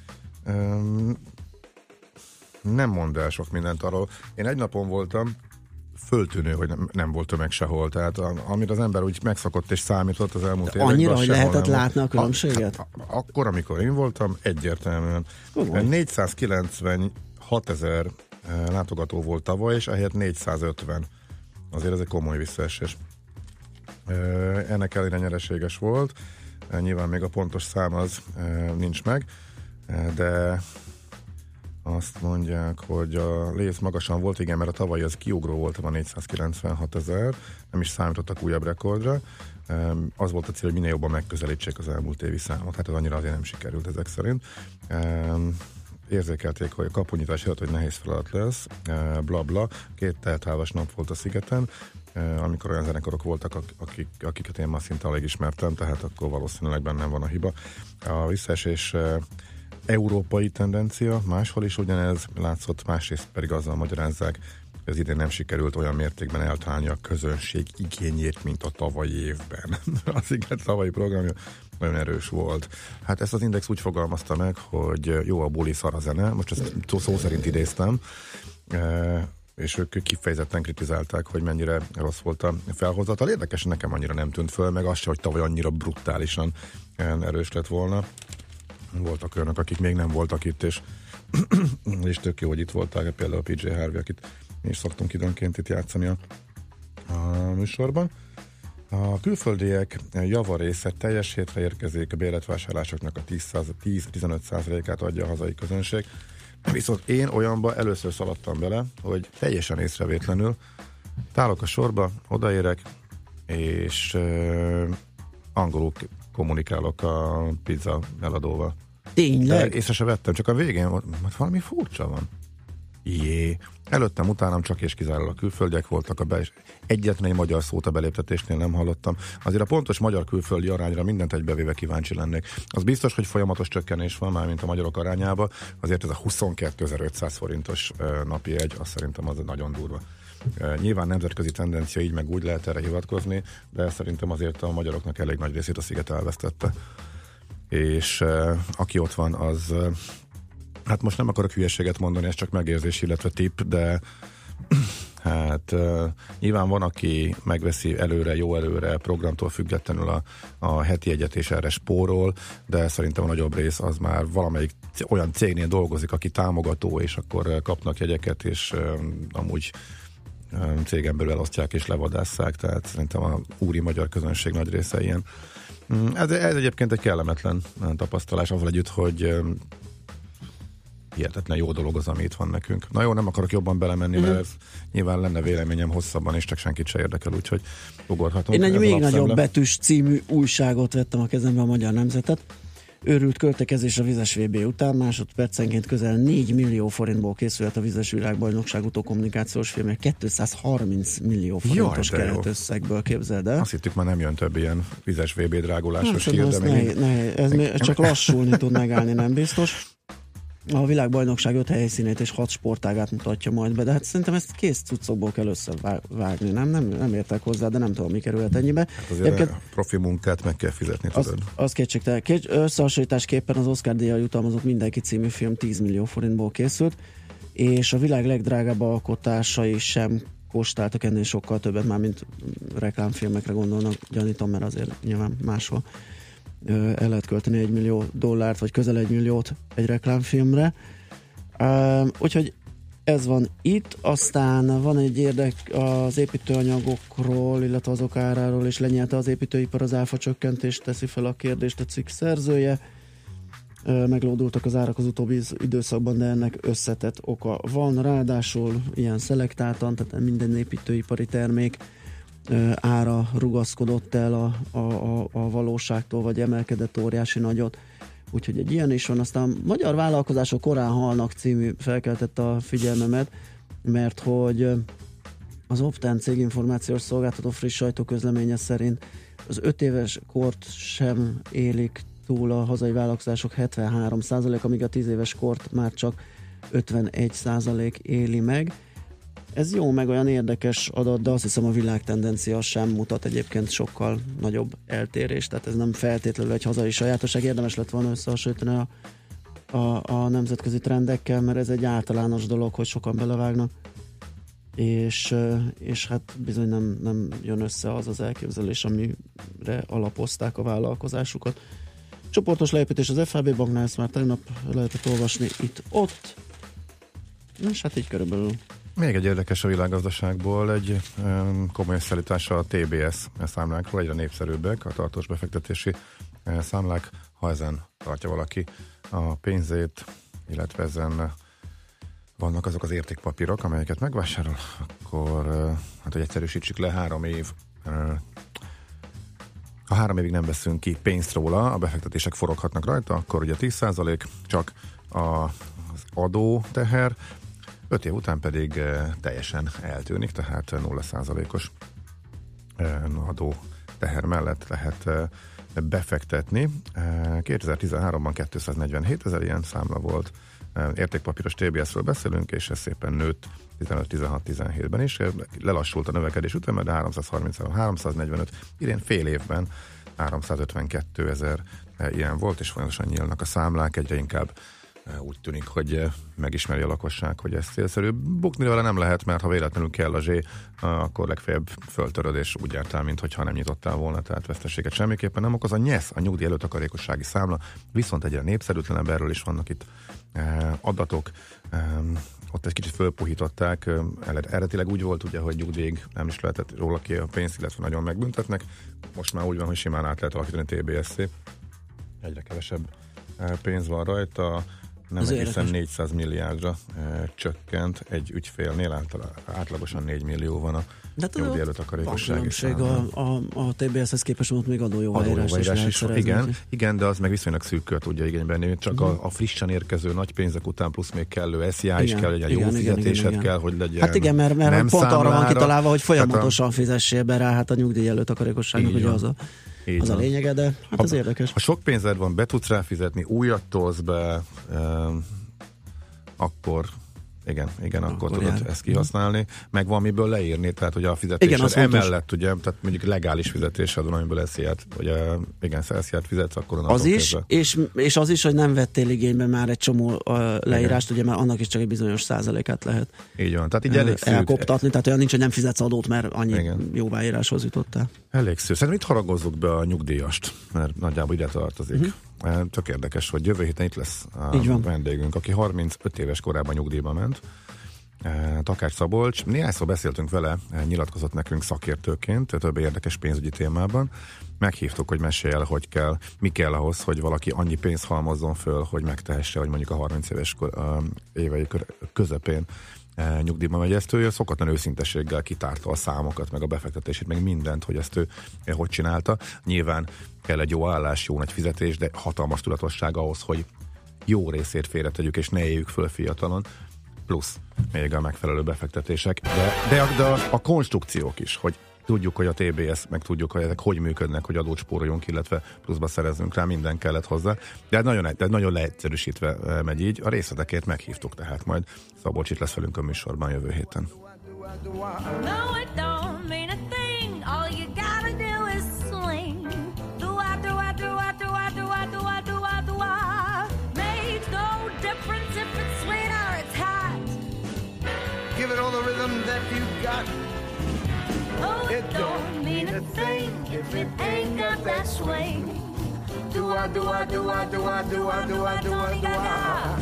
um, nem mond el sok mindent arról. Én egy napon voltam, föltűnő, hogy nem, nem volt tömeg sehol. Tehát a, amire az ember úgy megszokott és számított az elmúlt években. Annyira, hogy lehetett látni a különbséget? A, a, akkor, amikor én voltam, egyértelműen. Ugyan. négyszázkilencvenhat ezer látogató volt tavaly, és ehelyett négyszázötven. Azért ez egy komoly visszaesés. Ennek ellenére nyereséges volt. Nyilván még a pontos szám az nincs meg, de azt mondják, hogy a léc magasan volt, igen, mert a tavalyi az kiugró volt a négyszázkilencvenhat ezer, nem is számítottak újabb rekordra. Az volt a cél, hogy minél jobban megközelítsék az elmúlt évi számot, hát ez annyira azért nem sikerült ezek szerint. Érzékelték, hogy a kapunyítás előtt, hogy nehéz feladat lesz, bla bla, két telthálás nap volt a Szigeten, amikor olyan zenekarok voltak, akik, akiket én már szinte alig ismertem, tehát akkor valószínűleg bennem van a hiba. A visszaesés európai tendencia, máshol is ugyanez látszott, másrészt pedig azzal magyarázzák, hogy az idén nem sikerült olyan mértékben eltalálni a közönség igényét, mint a tavalyi évben. Az igen, tavalyi programja nagyon erős volt. Hát ezt az Index úgy fogalmazta meg, hogy jó a buli, szar a zene, most ezt szó szerint idéztem, és ők kifejezetten kritizálták, hogy mennyire rossz volt a felhozatal. Érdekes, nekem annyira nem tűnt föl, meg az se, hogy tavaly annyira brutálisan erős lett volna. Voltak olyanok, akik még nem voltak itt, és, és tök jó, hogy itt voltak, például a pé jé Harvey, akit mi is szoktunk időnként itt játszani a, a műsorban. A külföldiek javarésze teljes hétre érkezik, a bérletvásárlásoknak a tíz-tizenöt százalékát adja a hazai közönség. Viszont én olyanba először szaladtam bele, hogy teljesen észrevétlenül tálok a sorba, odaérek, és uh, angolul kommunikálok a pizza eladóval. Tényleg? De észre se vettem, csak a végén mert valami furcsa van. Jé. Előttem, utánam csak és kizárólag külföldiek voltak a be, és egyetlen egy magyar szót a beléptetésnél nem hallottam. Azért a pontos magyar-külföldi arányra mindent egybevéve kíváncsi lennék. Az biztos, hogy folyamatos csökkenés van már, mint a magyarok arányába. Azért ez a huszonkétezer-ötszáz forintos napi jegy, azt szerintem az nagyon durva. Nyilván nemzetközi tendencia, így meg úgy lehet erre hivatkozni, de szerintem azért a magyaroknak elég nagy részét a Sziget elvesztette. És aki ott van, az hát most nem akarok hülyeséget mondani, ez csak megérzés, illetve tipp, de hát uh, nyilván van, aki megveszi előre, jó előre, programtól függetlenül a, a heti jegyet és erre spórol, de szerintem a nagyobb rész az már valamelyik olyan cégnél dolgozik, aki támogató, és akkor uh, kapnak jegyeket, és uh, amúgy uh, cégen belül elosztják és levadásszák, tehát szerintem a úri magyar közönség nagy része ilyen. Ez, ez egyébként egy kellemetlen tapasztalás, avval együtt, hogy uh, hihetetlen jó dolog az, ami itt van nekünk. Na jó, nem akarok jobban belemenni, uh-huh. mert ez nyilván lenne véleményem hosszabban, és csak senkit se érdekel, úgyhogy ugorhatunk. Én egy még nagyobb betűs című újságot vettem a kezembe, a Magyar Nemzetet. Őrült költekezés a vizes vé bé után, másodpercenként közel négy millió forintból készült a vizes világbajnokság utókommunikációs filmje, kétszázharminc millió forintos keretösszegből, képzeld el. Azt hittük, már nem jön több ilyen vizes vé bé drágulásos hát, hír, de még... ne, ne, ez még csak lassulni tud megállni, nem biztos. A világbajnokság öt helyszínét és hat sportágát mutatja majd be, de hát szerintem ezt kész cuccokból kell összevágni, nem? Nem, nem értek hozzá, de nem tudom, mi kerülhet ennyibe. Hát azért Egyébként, a profi munkát meg kell fizetni, az, tudod. Az kétségtelen. Két, összehasonlításképpen az Oscar díjjal jutalmazott Mindenki című film tíz millió forintból készült, és a világ legdrágább alkotásai sem kóstáltak ennél sokkal többet, már mint reklámfilmekre gondolnak, gyanítom, mert azért nyilván máshol el lehet költeni egy millió dollárt, vagy közel egy milliót egy reklámfilmre. Uh, úgyhogy ez van itt, aztán van egy érdek az építőanyagokról, illetve azok áráról, és lenyelte az építőipar az áfa csökkentést, teszi fel a kérdést a cikk szerzője. Uh, meglódultak az árak az utóbbi időszakban, de ennek összetett oka van. Ráadásul ilyen szelektáltan, tehát minden építőipari termék ára rugaszkodott el a, a, a, a valóságtól, vagy emelkedett óriási nagyot. Úgyhogy egy ilyen is van. Aztán Magyar Vállalkozások korán halnak című felkeltette a figyelmemet, mert hogy az Optán cég információs szolgáltató friss sajtóközleménye szerint az öt éves kort sem élik túl a hazai vállalkozások hetvenhárom százalék, amíg a tíz éves kort már csak ötvenegy százalék éli meg. Ez jó, meg olyan érdekes adat, de azt hiszem a világ tendencia sem mutat egyébként sokkal nagyobb eltérést, tehát ez nem feltétlenül egy hazai sajátosság, érdemes lett volna összehasonlítani a, a, a nemzetközi trendekkel, mert ez egy általános dolog, hogy sokan belevágnak, és, és hát bizony nem, nem jön össze az az elképzelés, amire alapozták a vállalkozásukat. Csoportos leépítés az ef há bé banknál, ezt már tegnap lehetett olvasni itt-ott, és hát így körülbelül. Még egy érdekes a világgazdaságból, egy um, komoly szállítása a té bé es számlákról, egyre népszerűbbek a tartós befektetési uh, számlák, ha ezen tartja valaki a pénzét, illetve ezen vannak azok az értékpapírok, amelyeket megvásárol, akkor uh, hát, hogy egyszerűsítsük le, három év uh, ha három évig nem veszünk ki pénzt róla, a befektetések foroghatnak rajta, akkor ugye tíz százalék csak az adóteher, öt év után pedig e, teljesen eltűnik, tehát nulla százalékos e, adó teher mellett lehet e, befektetni. E, kétezer-tizenháromban kétszáznegyvenhét ezer ilyen számla volt. E, értékpapíros té bé es-ről beszélünk, és ez szépen nőtt tizenöt tizenhat tizenhétben is. Lelassult a növekedés után, de háromszázharminchárom háromszáznegyvenöt, idén fél évben háromszázötvenkettő ezer e, ilyen volt, és folyamatosan nyílnak a számlák, egyre inkább úgy tűnik, hogy megismeri a lakosság, hogy ez célszerű. Bukni vele nem lehet, mert ha véletlenül kell a zsé, akkor legfeljebb föltöröd, és úgy jártál, mintha nem nyitottál volna, tehát veszteséget semmiképpen nem okoz. A nyesz, a nyugdíj előtakarékossági számla, viszont egyre népszerűtlenebb, erről is vannak itt adatok. Ott egy kicsit fölpuhították, eredetileg úgy volt ugye, hogy nyugdíjig nem is lehetett róla ki a pénzt, illetve nagyon megbüntetnek. Most már úgy van, hogy simán át lehet alakítani té bé es-szé. Egyre kevesebb pénz van rajta, nem az egészen érdekes. négyszáz milliárdra e, csökkent egy ügyfélnél, által, átlagosan négy millió van a nyugdíj előtakarékossági számla. A, a, a té bé es-hez képest ott még adójóváírás is lehet szerezni. Igen, igen, de az meg viszonylag szűkkel tudja igénybenni, csak uh-huh. a, a frissen érkező nagy pénzek után plusz még kellő es zé á is kell, egy jó fizetésed kell, hogy legyen. Hát igen, mert, mert pont arra van kitalálva, hogy folyamatosan a... fizessél be rá, hát a nyugdíj előtakarékosságnak ugye az a Így az van. A lényege, de hát ha, ez érdekes. Ha sok pénzed van, be tudsz rá fizetni, újat tolsz be, um, akkor igen, igen, akkor, akkor tudod jár. Ezt kihasználni, meg van miből leírni, tehát hogy a fizetésed emellett, ugye, tehát mondjuk legális fizetésed van, amiből es zé á-t, vagy a, igen, es zé á-t fizetsz, akkor az is, és, és az is, hogy nem vettél igénybe már egy csomó uh, leírást, igen. Ugye már annak is csak egy bizonyos százalékát lehet így van, tehát így elég szűk. Elkoptatni, tehát olyan nincs, hogy nem fizetsz adót, mert annyi igen. jóváíráshoz jutottál. Elég szűk. Szerintem itt haragozzuk be a nyugdíjast, mert nagyjából ide tartozik. Uh-huh. Tök érdekes, hogy jövő héten itt lesz a vendégünk, aki harmincöt éves korában nyugdíjba ment. Takács Szabolcs. Néhányszor beszéltünk vele, nyilatkozott nekünk szakértőként, több érdekes pénzügyi témában. Meghívtuk, hogy mesélj el, hogy kell, mi kell ahhoz, hogy valaki annyi pénzt halmozzon föl, hogy megtehesse, hogy mondjuk a harminc éves évei közepén nyugdíjba megy. Ezt ő szokatlan őszintességgel kitárta a számokat, meg a befektetését, meg mindent, hogy ezt ő hogy csinálta. Nyilván kell egy jó állás, jó nagy fizetés, de hatalmas tudatosság ahhoz, hogy jó részét félretegyük, és ne éljük föl fiatalon, plusz még a megfelelő befektetések, de, de, de a, a konstrukciók is, hogy Tudjuk, hogy a té bé es, meg tudjuk, hogy ezek hogy működnek, hogy adót spóroljunk, illetve pluszba szerezzünk rá, minden kellett hozzá. De hát nagyon, de nagyon leegyszerűsítve megy így. A részletekért meghívtuk, tehát majd Szabolcs itt lesz velünk a műsorban jövő héten. No, it don't mean a thing. All you gotta do is swing. Do-a, do-a, do-a, do-a, do-a, do-a, do-a, do-a. Makes no difference if it's sweet or it's hot. Give it all the rhythm that you got. Oh, it don't mean a thing if it ain't got that swing. Do-a, do-a, do-a, do-a, do-a, do-a, do-a, do-a.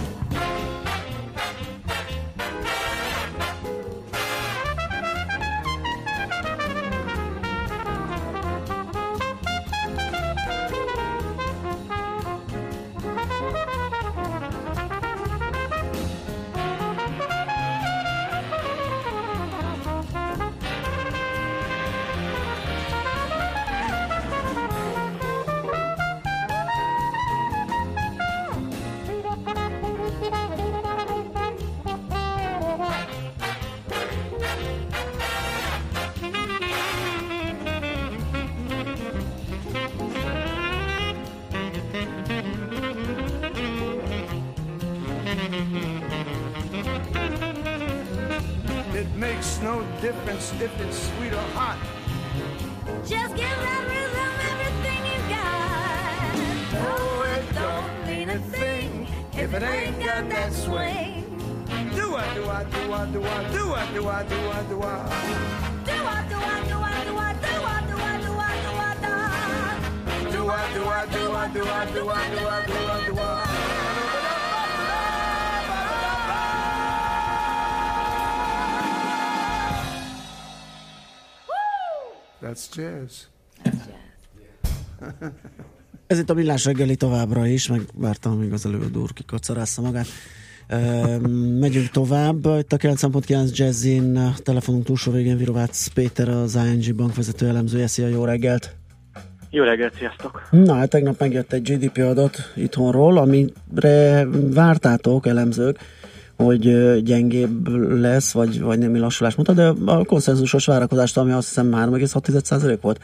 No difference if it's sweet or hot. Just give that rhythm everything you got. Oh, it don't mean a thing if it ain't got that swing. Do-a, do-a, do-a, do-a, do-a, do-a, do-a, do-a. Do-a, do-a, do-a, do-a, do-a, do-a, do-a, do-a, do-a. Do-a, do-a, do-a, do-a, do-a, do-a, do-a, do-a. That's jazz. Ez itt a Millás reggeli továbbra is, meg vártam, amíg az előadó úr kikocarásza magát. E, megyünk tovább. Itt a kilenc pont kilenc Jazzin, telefonunk túlsó végén Virovácz Péter, az i en gé bankvezető elemzője. Szia, jó reggelt! Jó reggelt, sziasztok! Na, hát tegnap megjött egy gé dé pé adat itthonról, amire vártátok, elemzők, hogy gyengébb lesz, vagy, vagy némi lassulás mutat, de a konszenzusos várakozást, ami azt hiszem három egész hat százalék volt.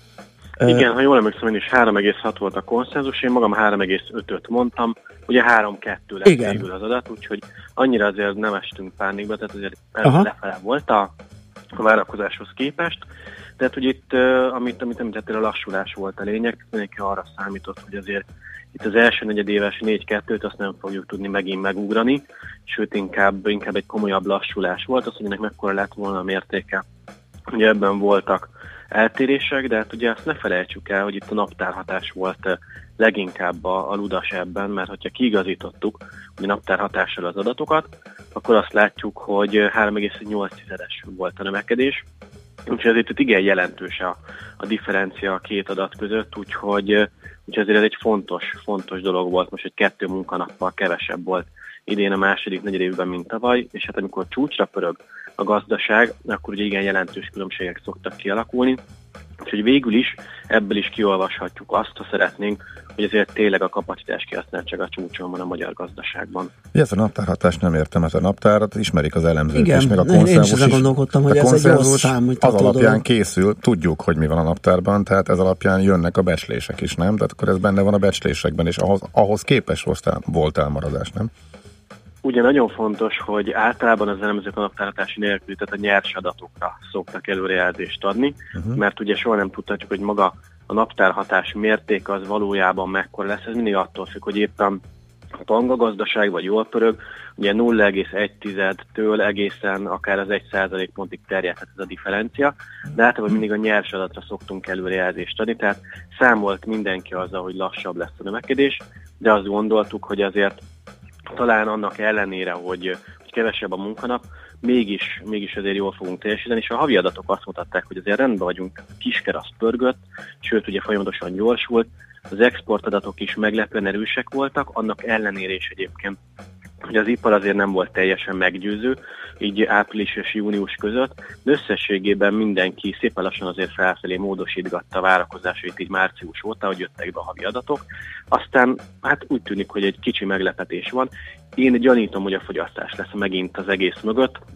Igen, uh, ha jól emlékszem, én is három egész hat volt a konszenzus, én magam három egész ötöt mondtam, ugye három kettő lett végül az adat, úgyhogy annyira azért nem estünk pánikba, tehát azért lefele volt a, a várakozáshoz képest. Tehát ugye itt, uh, amit, amit említettél, a lassulás volt a lényeg, mindenki arra számított, hogy azért itt az első negyedéves négy kettőt azt nem fogjuk tudni megint megugrani, sőt inkább, inkább egy komolyabb lassulás volt, az, hogy ennek mekkora lett volna a mértéke. Ugye ebben voltak eltérések, de hát ugye azt ne felejtsük el, hogy itt a naptárhatás volt leginkább a, a ludas ebben, mert hogyha kiigazítottuk ugye naptárhatással az adatokat, akkor azt látjuk, hogy három egész nyolc volt a növekedés, úgyhogy azért itt igen jelentős a, a differencia a két adat között, úgyhogy, úgyhogy azért ez egy fontos, fontos dolog volt most, hogy kettő munkanappal kevesebb volt idén a második negyedévben, mint tavaly, és hát amikor csúcsra pörög a gazdaság, akkor ugye igen jelentős különbségek szoktak kialakulni, úgyhogy végül is ebből is kiolvashatjuk azt, ha szeretnénk, hogy ezért tényleg a kapacitás kihasználtság a csúcson van a magyar gazdaságban. Ugye ezt a naptárhatást nem értem, ezt a naptárat ismerik az elemzők, igen, és még a konszenzus is. Én is gondolkodtam, hogy ez egy rossz szám, hogy az alapján dolog. Készül, tudjuk, hogy mi van a naptárban, tehát ez alapján jönnek a becslések is, nem? Tehát akkor ez benne van a becslésekben, és ahhoz, ahhoz képes volt elmaradás, nem? Ugye nagyon fontos, hogy általában az elemzők a naptárhatási nélkül, tehát a nyers adatokra szoktak előrejelzést adni, uh-huh. mert ugye soha nem tudhatjuk, hogy maga a naptárhatás mértéke az valójában mekkora lesz. Ez mindig attól függ, hogy éppen a pangagazdaság vagy jól pörög, ugye nulla egész egy-től egészen akár az egy százalékpontig terjedhet ez a differencia, de általában mindig a nyers adatra szoktunk előrejelzést adni, tehát számolt mindenki azzal, hogy lassabb lesz a növekedés, de azt gondoltuk, hogy azért talán annak ellenére, hogy, hogy kevesebb a munkanap, mégis, mégis azért jól fogunk teljesíteni, és a havi adatok azt mutatták, hogy azért rendben vagyunk, a kiskerasz pörgött, sőt ugye folyamatosan gyorsult, az exportadatok is meglepően erősek voltak, annak ellenére is egyébként, hogy az ipar azért nem volt teljesen meggyőző, így április és június között, de összességében mindenki szépen lassan azért felfelé módosítgatta a várakozásait így március óta, hogy jöttek be a havi adatok. Aztán hát úgy tűnik, hogy egy kicsi meglepetés van. Én gyanítom, hogy a fogyasztás lesz megint az egész mögött.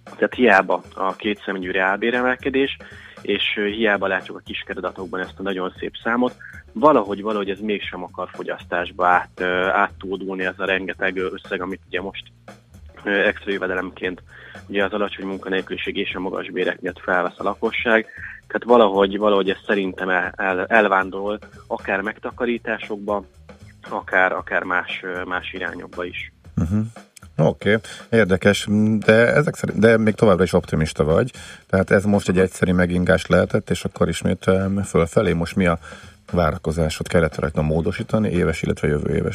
Tehát hiába a kétszemegyű reálbéremelkedés, és hiába látjuk a kiskeredatokban ezt a nagyon szép számot, valahogy, valahogy ez mégsem akar fogyasztásba át, áttódulni ez a rengeteg összeg, amit ugye most extra jövedelemként ugye az alacsony munkanélküliség és a magas bérek miatt felvesz a lakosság. Tehát valahogy, valahogy ez szerintem el, el, elvándorol akár megtakarításokba, akár, akár más, más irányokba is. Uh-huh. Oké, okay. Érdekes, de ezek szerint, de még továbbra is optimista vagy, tehát ez most egy egyszeri megingás lehetett, és akkor ismét fölfelé. Most mi a várakozásod? Kellett rajta módosítani, éves, illetve jövő éves?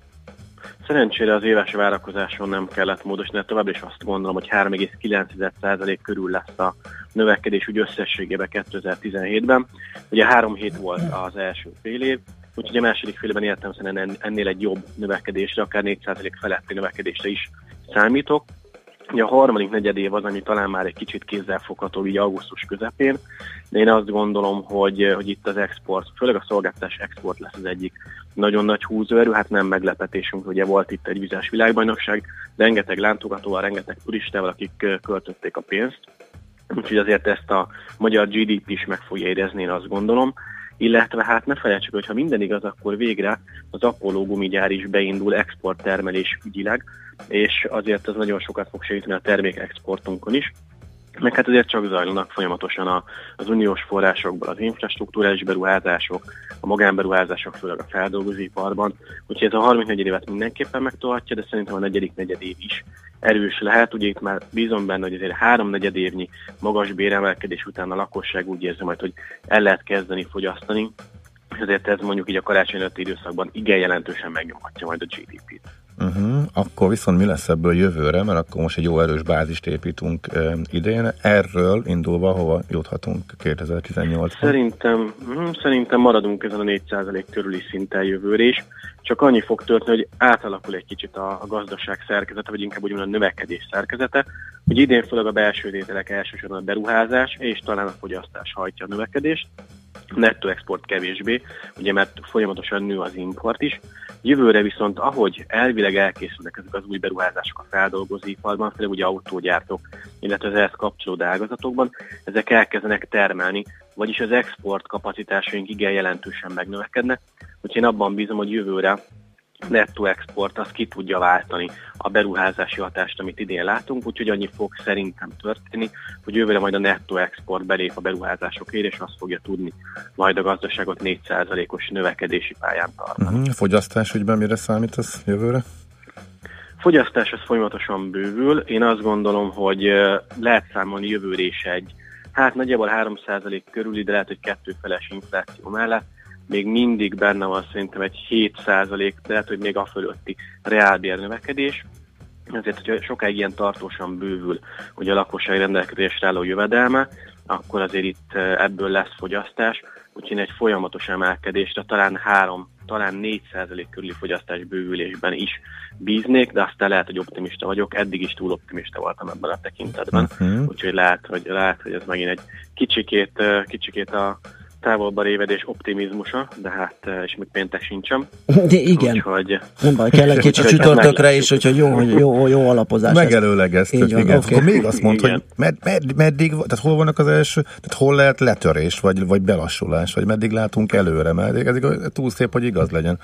Szerencsére az éves várakozáson nem kellett módosítani, továbbra is azt gondolom, hogy három egész kilenc százalék körül lesz a növekedés úgy összességében kétezer-tizenhétben. Ugye három hét volt az első fél év, úgyhogy a második fél évben értelemszerűen ennél egy jobb növekedésre, akár négy százalék feletti növekedésre is számítok. Ugye a harmadik negyed év az, ami talán már egy kicsit kézzelfogható így augusztus közepén, de én azt gondolom, hogy, hogy itt az export, főleg a szolgáltatás export lesz az egyik nagyon nagy húzóerő, hát nem meglepetésünk, ugye volt itt egy vizes világbajnokság, rengeteg látogatóval, rengeteg turistával, akik költötték a pénzt, úgyhogy azért ezt a magyar gé dé pé is meg fogja érezni, én azt gondolom. Illetve hát ne felejtsük, hogy ha minden igaz, akkor végre az Apollo gumigyár is beindul exporttermelés ügyileg, és azért ez nagyon sokat fog segíteni a termékexportunkon is. Meg hát azért csak zajlanak folyamatosan a, az uniós forrásokból az infrastruktúrális beruházások, a magánberuházások, főleg a feldolgozóiparban. Úgyhogy ez a harminknegyedik évet mindenképpen megtolhatja, de szerintem a negyedik negyed év is erős lehet. Ugye itt már bízom benne, hogy azért három negyed évnyi magas béremelkedés után a lakosság úgy érzi majd, hogy el lehet kezdeni fogyasztani. Ezért ez mondjuk így a karácsony előtti időszakban igen jelentősen megnyomhatja majd a gé dé pét. Uh-huh. Akkor viszont mi lesz ebből jövőre, mert akkor most egy jó erős bázist építünk e, idén. Erről indulva hova juthatunk kétezer-tizennyolcban? Szerintem, szerintem maradunk ezen a négy százalék körüli szinten jövőre is. Csak annyi fog történni, hogy átalakul egy kicsit a, a gazdaság szerkezete, vagy inkább úgy mondom a növekedés szerkezete, hogy idén főleg a belső tételek elsősorban a beruházás és talán a fogyasztás hajtja a növekedést. Netto export kevésbé, ugye mert folyamatosan nő az import is. Jövőre viszont, ahogy elvileg elkészülnek ezek az új beruházások a feldolgozóiparban, főleg ugye autógyártók, illetve az ehhez kapcsolódó ágazatokban, ezek elkezdenek termelni, vagyis az export kapacitásaink igen jelentősen megnövekednek. Úgyhogy én abban bízom, hogy jövőre nettó export az ki tudja váltani a beruházási hatást, amit idén látunk, úgyhogy annyi fog szerintem történni, hogy jövőre majd a nettó export belép a beruházásokért, és azt fogja tudni majd a gazdaságot négy százalékos növekedési pályán tartani. Uh-huh. Fogyasztás ügyben mire számítasz jövőre? Fogyasztás az folyamatosan bővül. Én azt gondolom, hogy lehet számolni jövőre is egy, hát nagyjából három százalék körüli, de lehet, hogy kettőfeles infláció mellett még mindig benne van szerintem egy hét százalék, de lehet, hogy még a fölötti reálbér növekedés. Ezért, hogyha sokáig ilyen tartósan bővül, hogy a lakosság rendelkezésre álló jövedelme, akkor azért itt ebből lesz fogyasztás, úgyhogy egy folyamatos emelkedésre, talán három, talán négy százalék körüli fogyasztás bővülésben is bíznék, de aztán lehet, hogy optimista vagyok, eddig is túl optimista voltam ebben a tekintetben, uh-huh. Úgyhogy lehet, hogy, lehet, hogy ez megint egy kicsikét, kicsikét a távolba révedés optimizmusa, de hát, és még péntek sincsem. De igen, úgyhogy, nem baj, kell egy kicsit csütörtökre is, hogyha jó, jó, jó alapozás. Megelőlegeztük, igen. Okay. Akkor még azt mondta, hogy med, med, meddig, tehát hol vannak az első, tehát hol lehet letörés, vagy, vagy belassulás, vagy meddig látunk előre, mert ez túl szép, hogy igaz legyen.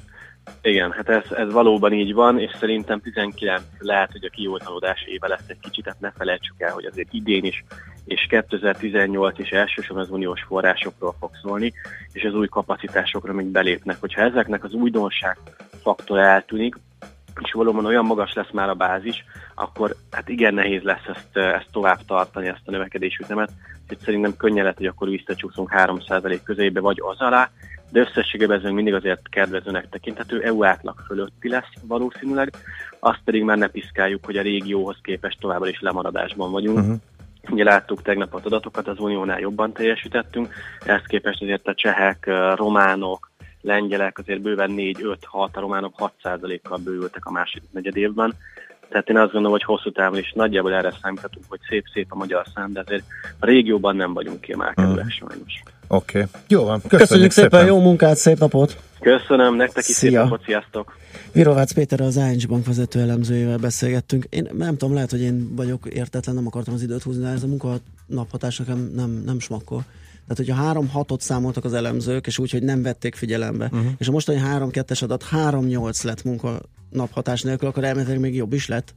Igen, hát ez, ez valóban így van, és szerintem tizenkilenc lehet, hogy a kiózanodás éve lesz egy kicsit, tehát ne felejtsük el, hogy azért idén is, és kétezer-tizennyolc is elsősorban az uniós forrásokról fog szólni, és az új kapacitásokra még belépnek. Hogyha ezeknek az újdonság faktora eltűnik, és valóban olyan magas lesz már a bázis, akkor hát igen nehéz lesz ezt, ezt tovább tartani, ezt a növekedésű ütemet. Itt szerintem könnyen lehet, hogy akkor visszacsúszunk három százalék közébe, vagy az alá, de összességében ez még mindig azért kedvezőnek tekinthető, é u átlag fölötti lesz valószínűleg, azt pedig már ne piszkáljuk, hogy a régióhoz képest továbbra is lemaradásban vagyunk. Uh-huh. Ugye láttuk tegnap az adatokat, az uniónál jobban teljesítettünk, ehhez képest azért a csehek, románok, lengyelek azért bőven négy öt hat, a románok hat százalékkal bővültek a második negyed évben. Tehát én azt gondolom, hogy hosszú távon is nagyjából erre számíthatunk, hogy szép-szép a magyar szám, de azért a régióban nem vagyunk kiemelkedőek mm. sajnos. Oké, okay. Jó van. Köszönjük, Köszönjük szépen, szépen, jó munkát, szép napot! Köszönöm, nektek is szép napot, sziasztok! Virovácz Péter, az i en gé Bank vezető elemzőjével beszélgettünk. Én nem tudom, lehet, hogy én vagyok értetlen, nem akartam az időt húzni, de ez a munkanaphatás nekem nem, nem smakkol. Tehát, hogyha három hatot számoltak az elemzők, és úgy, hogy nem vették figyelembe, uh-huh. és a mostani három kettes adat három nyolc lett munkanaphatás nélkül, akkor elméletileg még jobb is lett.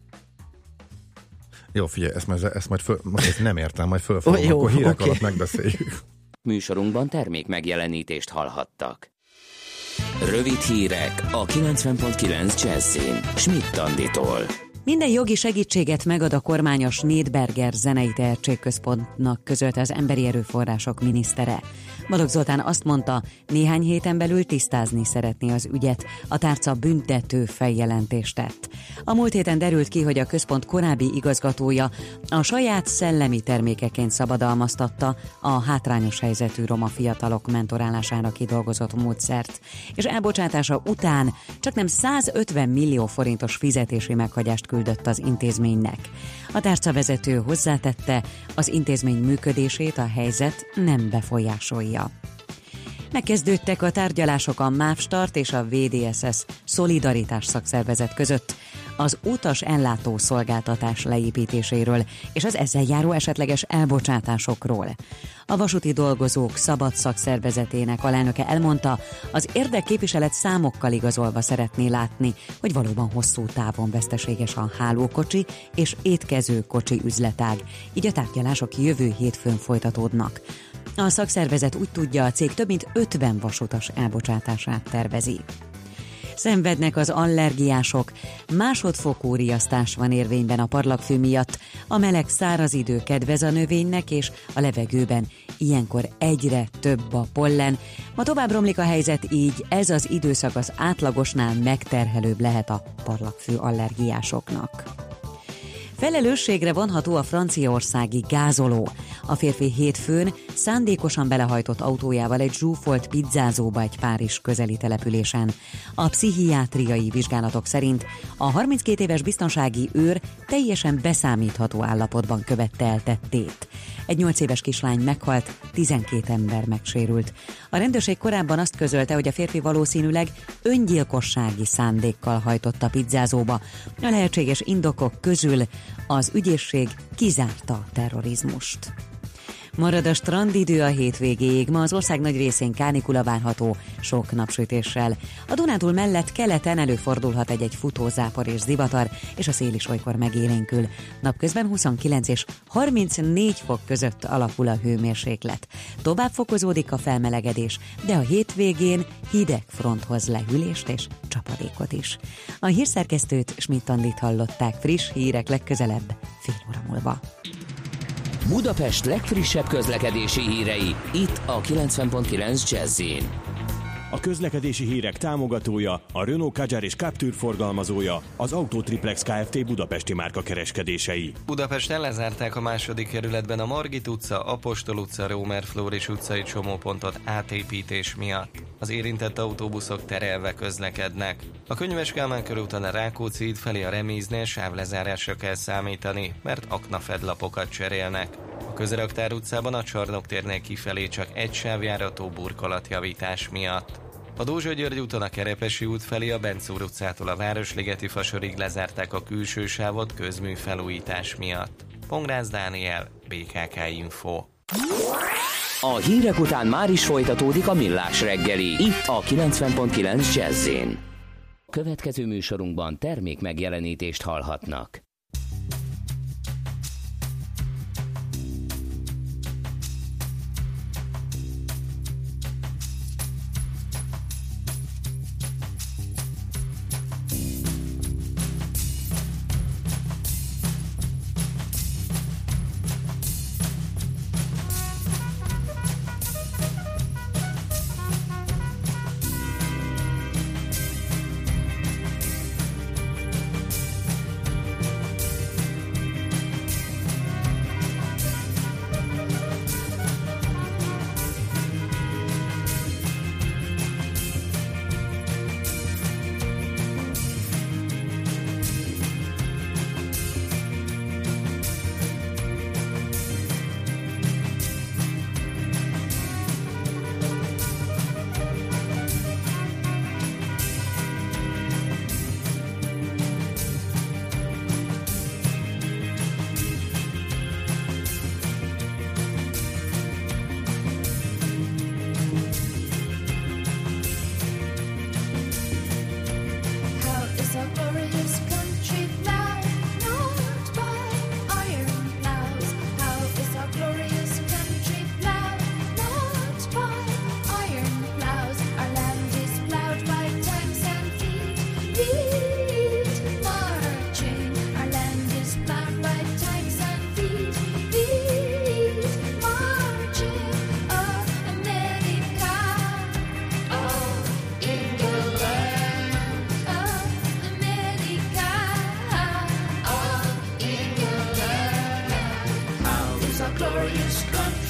Jó, figyelj, ezt majd, ezt majd föl, ezt nem értem, majd fölfogom, oh, jó, akkor hírek okay. alatt megbeszéljük. Műsorunkban termék megjelenítést hallhattak. Rövid hírek a kilencven pont kilenc Jazzin Schmidt Anditól. Minden jogi segítséget megad a kormány a Schneidberger Zenei Tehetségközpontnak, közölte az Emberi Erőforrások minisztere. Balogh Zoltán azt mondta, néhány héten belül tisztázni szeretné az ügyet, a tárca büntető feljelentést tett. A múlt héten derült ki, hogy a központ korábbi igazgatója a saját szellemi termékeként szabadalmaztatta a hátrányos helyzetű roma fiatalok mentorálására kidolgozott módszert, és elbocsátása után csaknem százötven millió forintos fizetési meghagyást küldött az intézménynek. A tárcavezető hozzátette, az intézmény működését a helyzet nem befolyásolja. Megkezdődtek a tárgyalások a MÁV-Start és a vé dé es es Szolidaritás szakszervezet között az utas ellátó szolgáltatás leépítéséről és az ezzel járó esetleges elbocsátásokról. A vasúti dolgozók szabad szakszervezetének alelnöke elmondta, az érdekképviselet számokkal igazolva szeretné látni, hogy valóban hosszú távon veszteséges a hálókocsi és étkezőkocsi üzletág, így a tárgyalások jövő hétfőn folytatódnak. A szakszervezet úgy tudja, a cég több mint ötven vasutas elbocsátását tervezi. Szenvednek az allergiások. Másodfokú riasztás van érvényben a parlagfű miatt. A meleg száraz idő kedvez a növénynek, és a levegőben ilyenkor egyre több a pollen. Ma tovább romlik a helyzet, így ez az időszak az átlagosnál megterhelőbb lehet a parlagfű allergiásoknak. Felelősségre vonható a franciaországi gázoló. A férfi hétfőn szándékosan belehajtott autójával egy zsúfolt pizzázóba egy Párizs közeli településen. A pszichiátriai vizsgálatok szerint a harminckét éves biztonsági őr teljesen beszámítható állapotban követte el tettét. Egy nyolc éves kislány meghalt, tizenkét ember megsérült. A rendőrség korábban azt közölte, hogy a férfi valószínűleg öngyilkossági szándékkal hajtott a pizzázóba. A lehetséges indokok közül az ügyészség kizárta a terrorizmust. Marad a strandidő a hétvégéig, ma az ország nagy részén kánikula várható, sok napsütéssel. A Dunántúl mellett keleten előfordulhat egy-egy futózápor és zivatar, és a szél is olykor megélénkül. Napközben huszonkilenc és harmincnégy fok között alakul a hőmérséklet. Tovább fokozódik a felmelegedés, de a hétvégén hideg fronthoz lehűlést és csapadékot is. A hírszerkesztőt, Schmidt Andit hallották, friss hírek legközelebb, fél óra múlva. Budapest legfrissebb közlekedési hírei, itt a kilencven pont kilenc Jazz-in. A közlekedési hírek támogatója, a Renault Kadjar és Captur forgalmazója, az Autotriplex Kft. Budapesti márka kereskedései. Budapesten lezárták a második kerületben a Margit utca, Apostol utca, Rómer Flóris utcai csomópontot átépítés miatt. Az érintett autóbuszok terelve közlekednek. A Könyves Kálmán körúton a Rákóczi híd felé a Remíznél sávlezárásra kell számítani, mert aknafedlapokat cserélnek. A Közraktár utcában a Csarnok térnél kifelé csak egy sávjárató burkolatjavítás miatt. A Dózsa-György úton a Kerepesi út felé a Bencúr utcától a Városligeti Fasorig lezárták a külső sávot közmű felújítás miatt. Pongrász Dániel, bé ká ká Info. A hírek után már is folytatódik a Millás reggeli, itt a kilencven pont kilenc Jazz-in. Következő műsorunkban termék megjelenítést hallhatnak.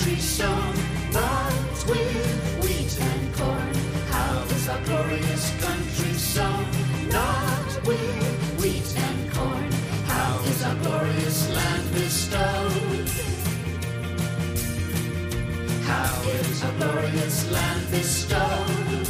country song, not with wheat and corn. How is our glorious country song, not with wheat and corn. How is our glorious land bestowed? How is our glorious land bestowed?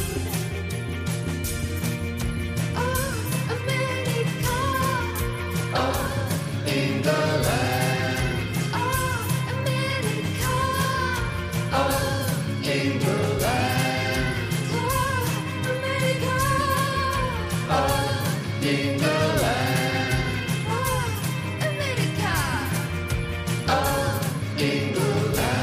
Oh, America! Oh, England! Oh, America! Oh, England! Oh, America! Oh, England! Oh, America! Oh, England!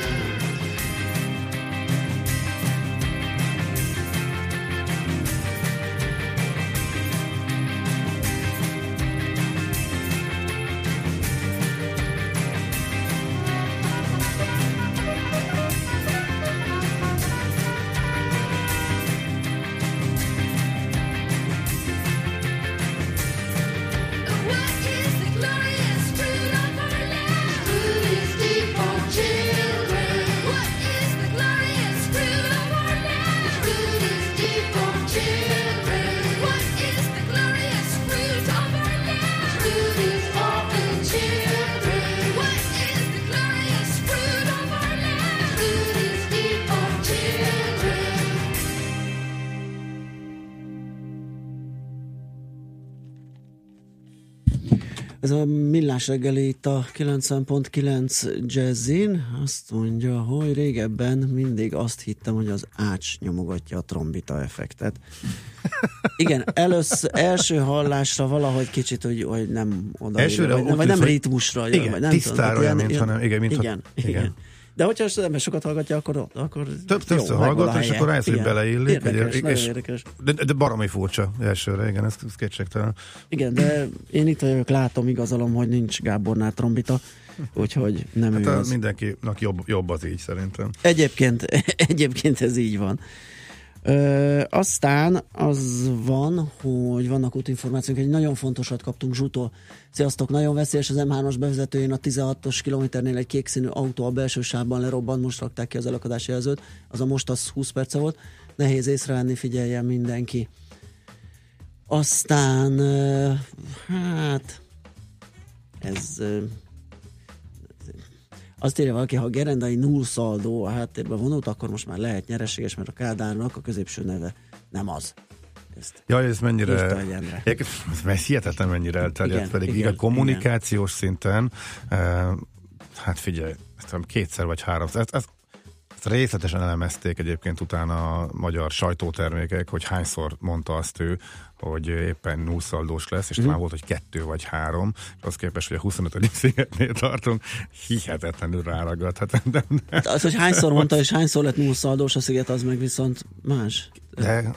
Ez a Millás reggeli itt a kilencven pont kilenc Jazzin. Azt mondja, hogy régebben mindig azt hittem, hogy az ács nyomogatja a trombita effektet. Igen, először, első hallásra valahogy kicsit, hogy, hogy nem oda, Elsőre vagy, nem, vagy nem hogy ritmusra. Igen, vagy nem tisztára olyan, mint hanem, igen, mint igen, igen. igen. De hogyha az ember sokat hallgatja, akkor, akkor több többször hallgat, és akkor rájössz, hogy beleillik. Érdekes, egy, nagyon és, érdekes. De, de baromi furcsa elsőre, igen, ez, ez kétségtelen. Igen, de én itt vagyok, látom, igazolom, hogy nincs Gábornál trombita, úgyhogy nem hát ő az. Mindenkinek jobb, jobb az így szerintem. Egyébként, egyébként ez így van. Ö, aztán az van, hogy vannak útinformációk, egy nagyon fontosat kaptunk Zsutól. Sziasztok, nagyon veszélyes az em hármas bevezetőjén a tizenhatos kilométernél egy kékszínű autó a belső sávban lerobbant, most rakták ki az elakadási jelzőt, az a most az húsz perce volt, nehéz észrevenni, figyeljen mindenki. Aztán ö, hát ez ö, azt írja valaki, ha a gerendai null szaldó a háttérbe vonult, akkor most már lehet nyereséges, mert a Kádárnak a középső neve nem az. Ezt ja, ez mennyire, ez hihetetlen mennyire elterjedt, igen, pedig igen, kommunikációs igen. szinten, uh, hát figyelj, ezt kétszer vagy három, ezt, ezt, ezt részletesen elemezték egyébként utána a magyar sajtótermékek, hogy hányszor mondta azt ő, hogy éppen nullszaldós lesz, és mm. talán volt, hogy kettő vagy három, és az képest, hogy a huszonötödik szigetnél tartunk, hihetetlenül ráragadt. Hát, de, de, az, hogy hányszor mondta, és hányszor lett nullszaldós a sziget, az meg viszont más. De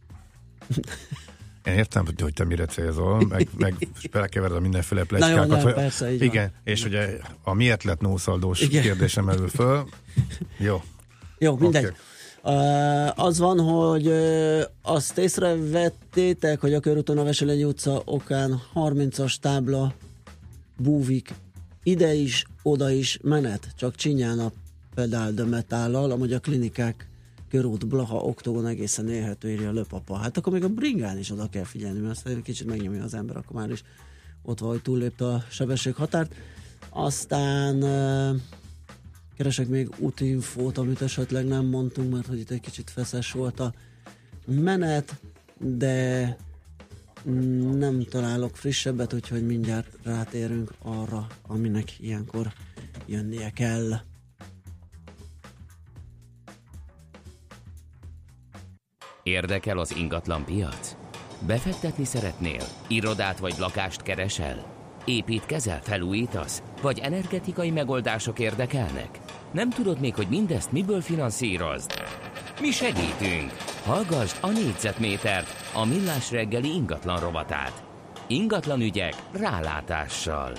én értem, hogy te mire célzol, meg, meg belekevered a mindenféle pletykákat. Na jó, nem, persze, így igen, van. És ugye a miért lett nullszaldós kérdésem merül föl. Jó. Jó, mindegy. Okay. Uh, az van, hogy uh, azt észrevettétek, hogy a körúton a Veselényi utca okán harmincas tábla búvik ide is, oda is menet, csak csinyán a pedál de metállal, amúgy a klinikák körút, Blaha, Oktogon egészen élhető, írja a Löpapa. Hát akkor még a bringán is oda kell figyelni, mert aztán egy kicsit megnyomja az ember, akkor már is ott van, hogy túllépte a sebességhatárt. Aztán uh, keresek még útinfót, amit esetleg nem mondtunk, mert hogy itt egy kicsit feszes volt a menet, de nem találok frissebbet, úgyhogy mindjárt rátérünk arra, aminek ilyenkor jönnie kell. Érdekel az ingatlan piac? Befektetni szeretnél? Irodát vagy lakást keresel? Építkezel, felújítasz? Vagy energetikai megoldások érdekelnek? Nem tudod még, hogy mindezt miből finanszírozd? Mi segítünk! Hallgasd a négyzetmétert, a Millás reggeli ingatlan rovatát. Ingatlan ügyek rálátással.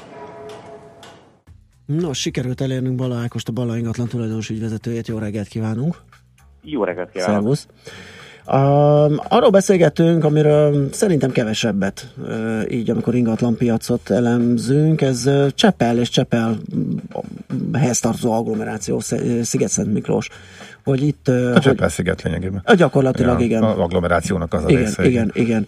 Nos, sikerült elérnünk Bala Ákost, a Bala ingatlan tulajdonos ügyvezetőjét. Jó reggelt kívánunk! Jó reggelt kívánok! Szervusz! Um, arról beszélgetünk, amiről szerintem kevesebbet, uh, így amikor ingatlan piacot elemzünk, ez uh, Csepel és Csepelhez tartozó agglomeráció, Sziget-Szent Miklós. Hogy itt, a Csepel-sziget lényegében. Gyakorlatilag ja, igen. Az agglomerációnak az a igen, része. Igen, igen.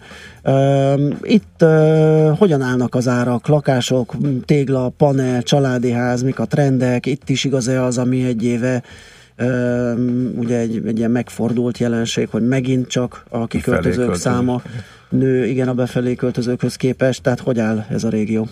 Uh, itt uh, hogyan állnak az árak, lakások, tégla, panel, családi ház, mik a trendek, itt is igaz-e az, ami egy éve uh, ugye egy, egy ilyen megfordult jelenség, hogy megint csak a kiköltözők száma nő, igen, a befelé költözőkhöz képest, tehát hogy áll ez a régió?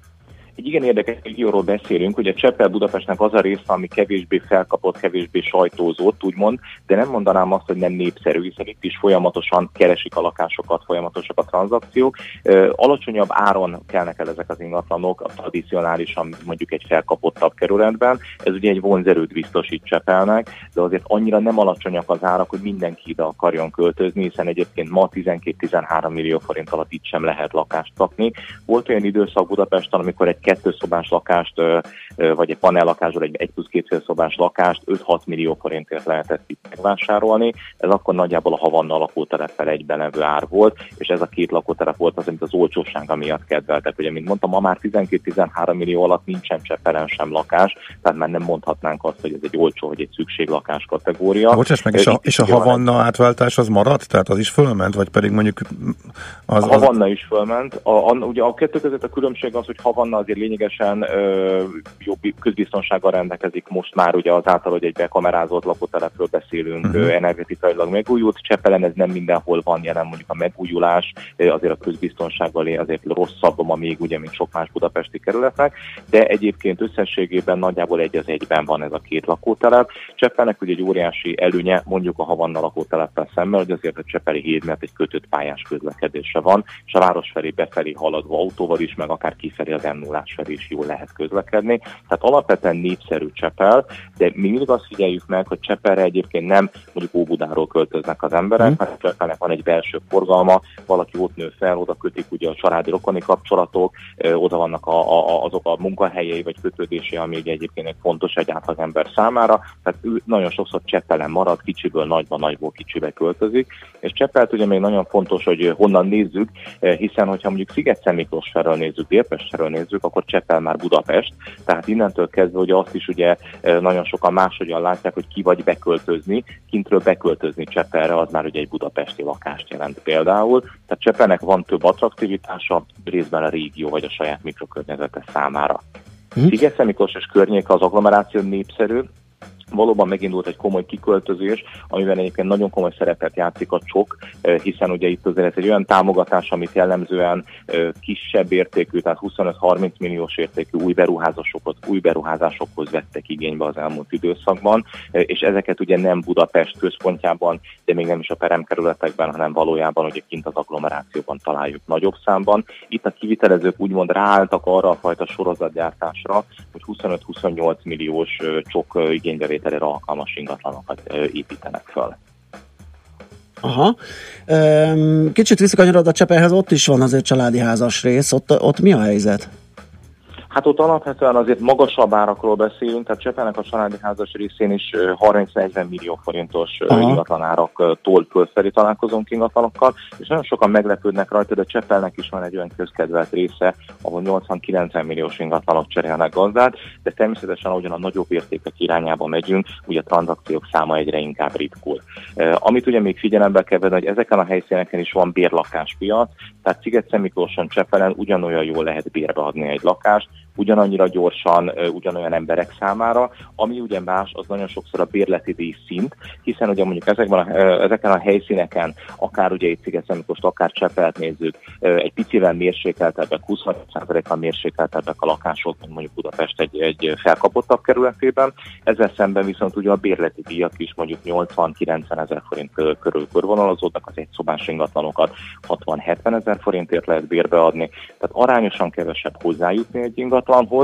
Egy igen érdekes régióról beszélünk, hogy a Csepel-Budapestnek az a része, ami kevésbé felkapott, kevésbé sajtózott, úgymond, de nem mondanám azt, hogy nem népszerű, hiszen itt is folyamatosan keresik a lakásokat, folyamatosak a tranzakciók. Alacsonyabb áron kelnek el ezek az ingatlanok, a tradicionálisan mondjuk egy felkapottabb kerületben. Ez ugye egy vonzerőt biztosít Csepelnek, de azért annyira nem alacsonyak az árak, hogy mindenki ide akarjon költözni, hiszen egyébként ma tizenkét-tizenhárom millió forint alatt itt sem lehet lakást kapni. Volt olyan időszak Budapesten, amikor egy kettőszobás lakást, vagy egy panellakásról egy egy plusz két fél szobás lakást öt-hat millió forintért lehetett itt megvásárolni. Ez akkor nagyjából a Havanna lakóteleppel egyben levő ár volt, és ez a két lakótelep volt az, amit az olcsósága miatt kedveltek. Ugye, mint mondtam, ma már tizenkét-tizenhárom millió alatt nincsen Csepelen sem lakás, tehát már nem mondhatnánk azt, hogy ez egy olcsó vagy egy szükséglakás kategória. Bocsáss meg, és a, és a Havanna átváltás az maradt? Tehát az is fölment, vagy pedig mondjuk az... A Havanna is fölment. A, a, ugye a kettő között a különbség az, hogy Havanna azért lényegesen ö, jobb közbiztonsággal rendelkezik most már, ugye azáltal, hogy egy bekamerázott lakótelepről beszélünk, uh-huh. ö, energetikailag megújult. Csepelen ez nem mindenhol van jelen, mondjuk a megújulás, ö, azért a közbiztonsággal azért rosszabb ma még, ugye, mint sok más budapesti kerületnek, de egyébként összességében nagyjából egy az egyben van ez a két lakótelep. Csepelnek ugye egy óriási előnye, mondjuk a Havanna lakóteleppel szemben, hogy azért a Csepeli híd, mert egy kötött pályás közlekedése van, és a város felé befelé haladva autóval is, meg akár kifelé az em nullás felé is jól lehet közlekedni. Tehát alapvetően népszerű Csepel, de mi mindig azt figyeljük meg, hogy Csepelre egyébként nem mondjuk Óbudáról költöznek az emberek, mert mm. Csepelnek van egy belső forgalma, valaki ott nő fel, oda kötik ugye a családi rokoni kapcsolatok, oda vannak a, a, azok a munkahelyei vagy kötődései, ami ugye egyébként egy fontos egy átlagember számára, tehát ő nagyon sokszor Csepelen marad, kicsiből nagyba, nagyból kicsibe költözik, és Csepelt ugye még nagyon fontos, hogy honnan nézzük, hiszen hogyha mondjuk Sziget-Szent Miklós felől nézzük, Délpest felől nézzük, akkor Csepel már Budapest, tehát innentől kezdve, hogy azt is ugye nagyon sokan máshogyan látják, hogy ki vagy beköltözni, kintről beköltözni Csepelre, az már ugye egy budapesti lakást jelent például. Tehát Csepelnek van több attraktivitása, részben a régió vagy a saját mikrokörnyezete számára. Mm. Sziget-Szent Miklós és környéke az agglomeráció népszerű, valóban megindult egy komoly kiköltözés, amiben egyébként nagyon komoly szerepet játszik a csok, hiszen ugye itt azért egy olyan támogatás, amit jellemzően kisebb értékű, tehát huszonöt-harminc milliós értékű új beruházásokhoz, új beruházásokhoz vettek igénybe az elmúlt időszakban, és ezeket ugye nem Budapest központjában, de még nem is a peremkerületekben, hanem valójában ugye kint az agglomerációban találjuk nagyobb számban. Itt a kivitelezők úgymond ráálltak arra a fajta sorozatgyártásra, hogy huszonöt-huszonnyolc milliós csok igénybevételére alkalmas ingatlanokat építenek föl. Aha. Kicsit visszakanyarod a Csepelhez, ott is van azért családi házas rész, ott, ott mi a helyzet? Hát ott alapvetően azért magasabb árakról beszélünk, tehát Csepelnek a családi házas részén is harminc-negyven millió forintos ingatlanáraktól fölfelé találkozunk ingatlanokkal, és nagyon sokan meglepődnek rajta, de Csepelnek is van egy olyan közkedvelt része, ahol nyolcvan-kilencven milliós ingatlanok cserélnek gazdát, de természetesen ahogyan a nagyobb értékek irányába megyünk, ugye a tranzakciók száma egyre inkább ritkul. Amit ugye még figyelembe kell venni, hogy ezeken a helyszíneken is van bérlakáspiac, tehát Sziget-Szent Miklóson, Csepelen ugyanolyan jól lehet bérbe adni egy lakást, ugyanannyira gyorsan, ugyanolyan emberek számára, ami ugye más, az nagyon sokszor a bérleti díj szint, hiszen ugye mondjuk ezekben a, ezeken a helyszíneken, akár ugye itt Sziget-Szent Miklóst, akár Csepelt nézzük, egy picivel mérsékeltebbek, húsz százalékkal mérsékeltebbek a lakások, mint mondjuk Budapest egy, egy felkapottabb kerületében. Ezzel szemben viszont ugye a bérleti díjak is mondjuk nyolcvan-kilencven ezer forint körül körvonalazódnak, az egyszobás ingatlanokat hatvan-hetven ezer forintért lehet bérbe adni, tehát arányosan kevesebb hozzájutni egy ingatlanhoz,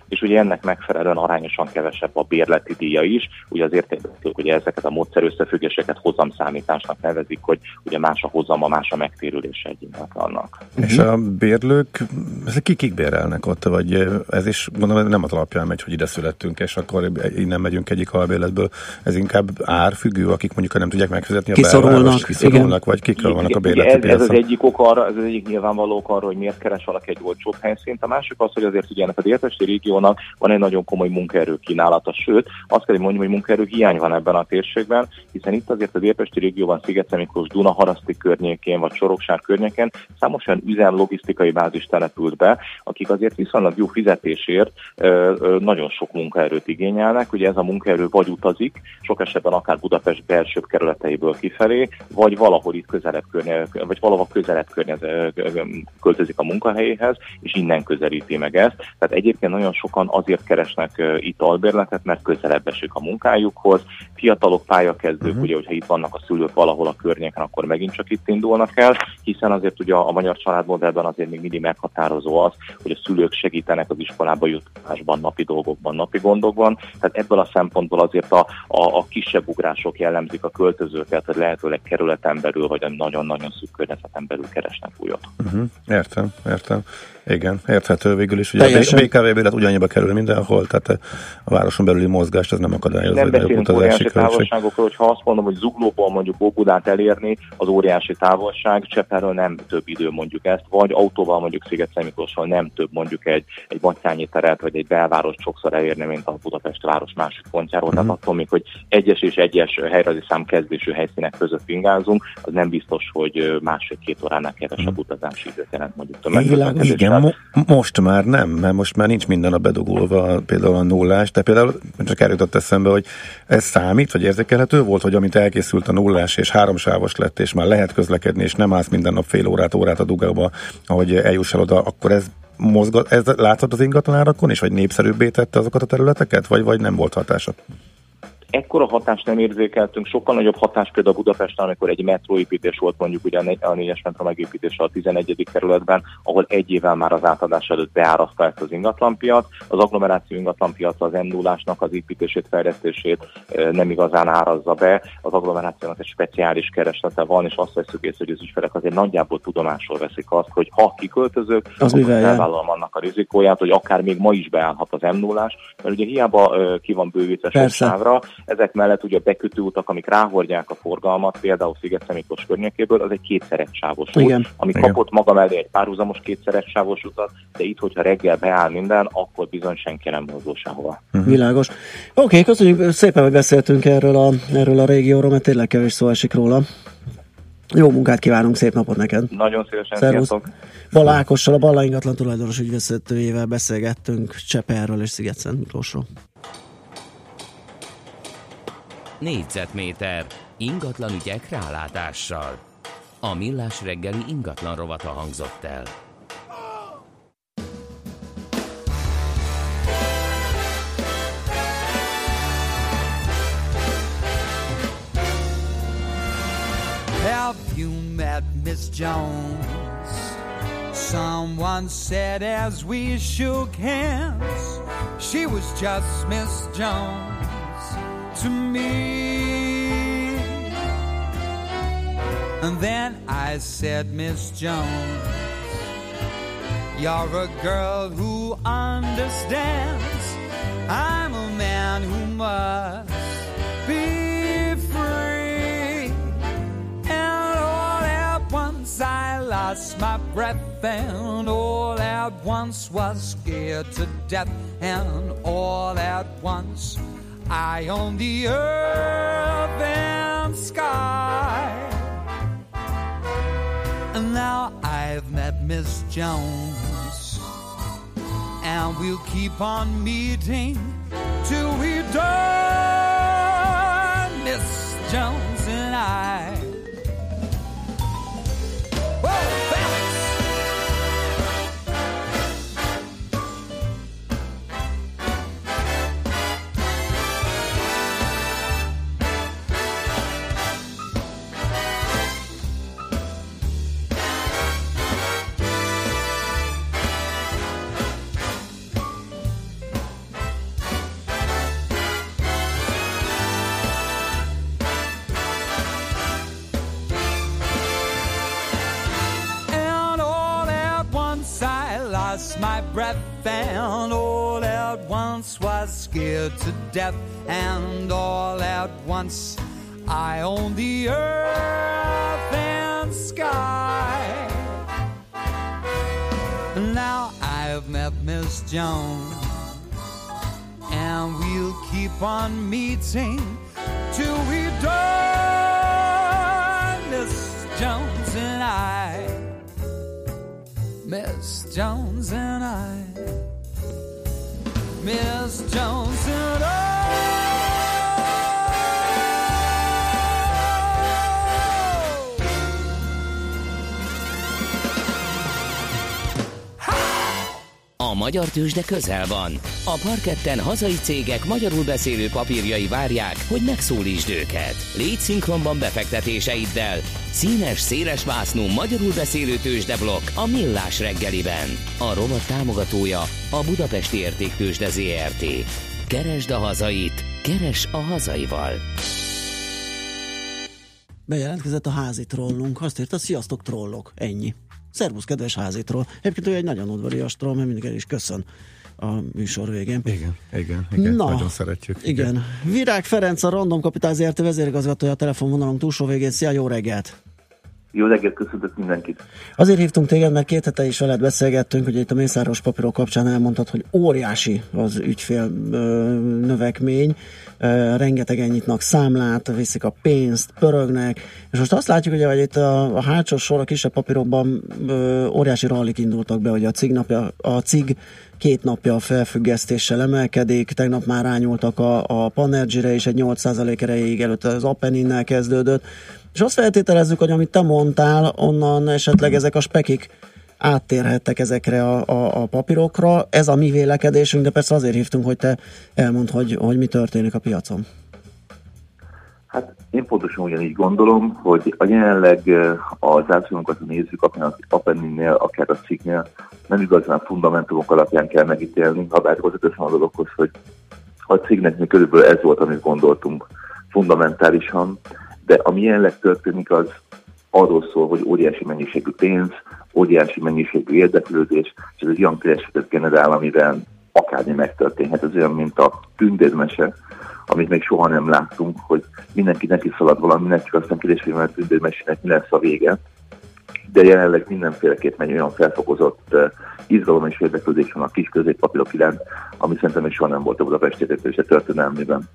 és ugye ennek megfelelően arányosan kevesebb a bérleti díja is. Ugye azért értettük, hogy ezeket a módszer összefüggéseket hozamszámításnak nevezik, hogy ugye más a hozama, más a megtérülése egy ingatlannak. És a bérlők, ezek kik bérelnek ott, vagy ez is gondolom nem az alapján megy, hogy ide születtünk, és akkor innen megyünk egyik albérletből. Ez inkább árfüggő, akik mondjuk nem tudják megfizetni a belváros, kiszorulnak, vagy kikről vannak a bérleti ez, piacon. Ez az egyik ok arra, ez az egyik nyilvánvaló ok arra, hogy miért keres valaki egy olcsóbb helyszínt. A másik az, hogy azért ugye ennek a délpesti régiónak van egy nagyon komoly munkaerő kínálata, sőt, azt kell, hogy mondjam, hogy munkaerő hiány van ebben a térségben, hiszen itt azért a délpesti régióban Sziget-Miklós, Dunaharaszti környékén, vagy Soroksár környékén számos olyan üzem logisztikai bázis települt be, akik azért viszonylag jó fizetésért ö, ö, nagyon sok munkaerőt igényelnek. Ugye ez a munkaerő vagy utazik, sok esetben akár Budapest belsőbb kerületeiből kifelé, vagy valahol itt közelebb környe, vagy valahol közelebb környe, költözik a munkahelyéhez, és innen közelíti meg ezt. Tehát egyébként nagyon sokan azért keresnek uh, itt albérletet, mert közelebb esik a munkájukhoz. Fiatalok, pályakezdők, uh-huh. ugye, hogyha itt vannak a szülők valahol a környéken, akkor megint csak itt indulnak el, hiszen azért ugye a, a magyar családmodellben azért még mindig meghatározó az, hogy a szülők segítenek az iskolába jutásban, napi dolgokban, napi gondokban. Tehát ebből a szempontból azért a, a, a kisebb ugrások jellemzik a költözőket, hogy lehetőleg kerületen belül, vagy a nagyon-nagyon szűk környezeten belül keresnek újat. Uh-huh. Értem, értem. Igen, érthető végül is. Ugye a bé ká vé bérlet ugyannyiba kerül mindenhol, tehát a városon belüli mozgást ez nem akadályozza. Nem beszélünk óriási távolságokról, hogyha azt mondom, hogy Zuglóból mondjuk Óbudát elérni, az óriási távolság, Csepelről nem több idő mondjuk ezt, vagy autóval mondjuk Sziget-Miklósról nem több mondjuk egy, egy Batthyány teret, vagy egy belváros sokszor elérni, mint a Budapest város másik pontjáról. Uh-huh. Tehát attól még, hogy egyes és egyes helyrajzi szám kezdésű helyszínek között ingázunk, az nem biztos, hogy másfél-két óránál kevesebb uh-huh. utazási időt jelent mondjuk tömegközlekedésben. Mo- most már nem, mert most már nincs minden a bedugulva, például a nullás, de például csak eljutott eszembe, hogy ez számít, vagy érzékelhető volt, hogy amint elkészült a nullás, és háromsávos lett, és már lehet közlekedni, és nem állsz minden nap fél órát, órát a dugába, ahogy eljuss el oda, akkor ez mozgat, ez látszott az ingatlanárakon is, vagy népszerűbbé tette azokat a területeket, vagy, vagy nem volt hatása? Ekkora hatást nem érzékeltünk, sokkal nagyobb hatás például Budapesten, amikor egy metróépítés volt mondjuk ugye a négyes metró megépítése a tizenegyedik kerületben, ahol egy évvel már az átadás előtt beáraszta ezt az ingatlanpiac. Az agglomeráció ingatlanpiac az em nullásnak az építését, fejlesztését nem igazán árazza be. Az agglomerációnak egy speciális kereslete van, és azt veszük észre, hogy az ügyfelek azért nagyjából tudomásul veszik azt, hogy ha kiköltözők, az akkor elvállalom annak a rizikóját, hogy akár még ma is beállhat az em nullás, mert ugye hiába ki van bővítve sok sávra. Ezek mellett ugye a bekötőutak, amik ráhordják a forgalmat, például Sziget-Miklós környékéből, az egy kétszeres sávos út, ami Igen. kapott maga mellé egy párhuzamos kétszeres sávos utat, de itt, hogyha reggel beáll minden, akkor bizony senki nem mozdul sehova. Uh-huh. Világos. Oké, okay, köszönjük szépen, hogy beszéltünk erről a, erről a régióról, mert tényleg kevés szó esik róla. Jó munkát kívánunk, szép napot neked! Nagyon szívesen, sziasztok! Balla Ákossal, a Balla ingatlan tulajdonos ügyvezetőjével beszélgettünk Csepelről és Sziget-Miklósról. Négyzetméter ingatlan ügyek rálátással. A Millás reggeli ingatlan rovata hangzott el. Have you met Miss Jones? Someone said as we shook hands, she was just Miss Jones to me. And then I said, Miss Jones, you're a girl who understands. I'm a man who must be free. And all at once I lost my breath, and all at once was scared to death, and all at once I own the earth and sky. And now I've met Miss Jones, and we'll keep on meeting till we're done, Miss Jones and I. Whoa, fellas! lost my breath, and all at once was scared to death, and all at once I owned the earth and sky. Now I've met Miss Jones, and we'll keep on meeting till we die, Miss Jones and I, Miss Jones and I, Miss Jones and I. A magyar tőzsde közel van. A parketten hazai cégek magyarul beszélő papírjai várják, hogy megszólítsd őket. Légy szinkronban befektetéseiddel. Színes, széles vásznú magyarul beszélő tőzsdeblokk a Millás reggeliben. A rovat támogatója a Budapesti Értéktőzsde zé er té. Keresd a hazait, keres a hazaival. Bejelentkezett a házi trollunk. Azt írta, sziasztok trollok. Ennyi. Szervusz, kedves házitról. Egyébként ő egy nagyon udvarias troll, mert mindig el is köszön a műsor végén. Igen, igen, igen. Na, nagyon szeretjük. Igen. igen. Virág Ferenc, a Random Capital zé er té vezérigazgatója a telefonvonalunk túlsó végén. Szia, jó reggelt! Jó reggelt, köszöntök mindenkit! Azért hívtunk téged, mert két hete is veled beszélgettünk, hogy itt a mészáros papírok kapcsán elmondtad, hogy óriási az ügyfél ö, növekmény, ö, rengetegen nyitnak számlát, viszik a pénzt, pörögnek, és most azt látjuk, hogy, hogy itt a, a hátsó sor, a kisebb papírokban ö, óriási rallik indultak be, hogy a cég napja, a cég két napja a felfüggesztéssel emelkedik, tegnap már rányultak a, a Panergyre is egy nyolc százalék erejéig, előtte az Apeninnel kezdődött, és azt feltételezzük, hogy amit te mondtál, onnan esetleg ezek a spekik áttérhettek ezekre a, a, a papírokra. Ez a mi vélekedésünk, de persze azért hívtunk, hogy te elmondd, hogy, hogy mi történik a piacon. Hát én pontosan ugyanígy gondolom, hogy a jelenleg az átszólunkat, ha nézzük, akár az Apenninnél, akár a cikknél, nem igazán fundamentumok alapján kell megítélni, ha bár hozzáteszem a dologhoz, hogy a cégnek mi körülbelül ez volt, amit gondoltunk fundamentálisan, de ami jelenleg történik, az arról szól, hogy óriási mennyiségű pénz, óriási mennyiségű érdeklődés, és ez egy olyan keresletet generál, amivel akármi megtörténhet. Ez olyan, mint a tündérmese, amit még soha nem láttunk, hogy mindenki neki szalad valaminek, csak aztán kérdés, hogy a tündérmesének mi lesz a vége. De jelenleg mindenféleképpen egy olyan felfokozott uh, izgalom és érdeklődés van a kis középpapírok iránt, ami szerintem még soha nem volt a Budapesti Értéktőzsde történelmében.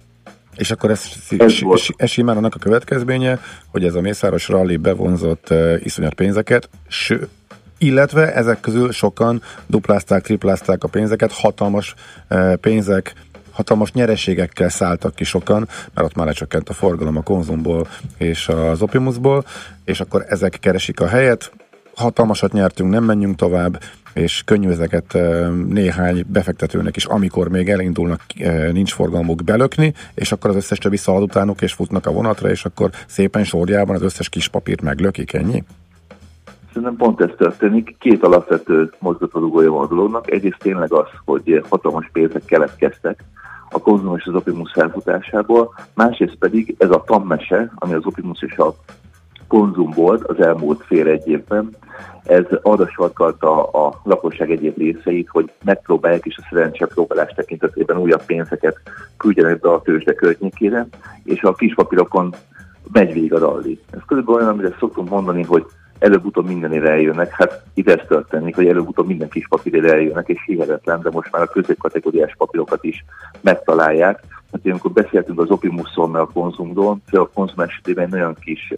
És akkor ez, ez, ez simán annak a következménye, hogy ez a mészáros rally bevonzott uh, iszonyat pénzeket, ső, illetve ezek közül sokan duplázták, triplázták a pénzeket, hatalmas uh, pénzek, hatalmas nyereségekkel szálltak ki sokan, mert ott már lecsökkent a forgalom a Konzumból és az Opimusból, és akkor ezek keresik a helyet, hatalmasat nyertünk, nem menjünk tovább, és könnyű ezeket néhány befektetőnek is, amikor még elindulnak, nincs forgalmuk, belökni, és akkor az összes többi szalad utánuk, és futnak a vonatra, és akkor szépen sorjában az összes kis papírt meglökik, ennyi? Szerintem pont ez történik. Két alapvető mozgatórugója van a dolognak. Egyrészt tényleg az, hogy hatalmas pénzek keletkeztek a Konzum és az Opimus felfutásából, másrészt pedig ez a tammese, ami az Opimus és a Konzum volt az elmúlt fél egy évben, ez arra sarkalta a lakosság egyéb részeit, hogy megpróbálják és a szerencsépróbálás tekintetében újabb pénzeket küldjenek be a tőzsde környékére, és a kis papírokon megy végig a ralli. Ez körülbelül olyan, amire szoktunk mondani, hogy előbb-utóbb mindenére eljönnek, hát itt ez történik, hogy előbb-utóbb minden kis papírére eljönnek, és hihetetlen, de most már a középkategóriás papírokat is megtalálják. Hát amikor beszéltünk az Opimusról, meg a Konzumról, a Konzum esetében nagyon kis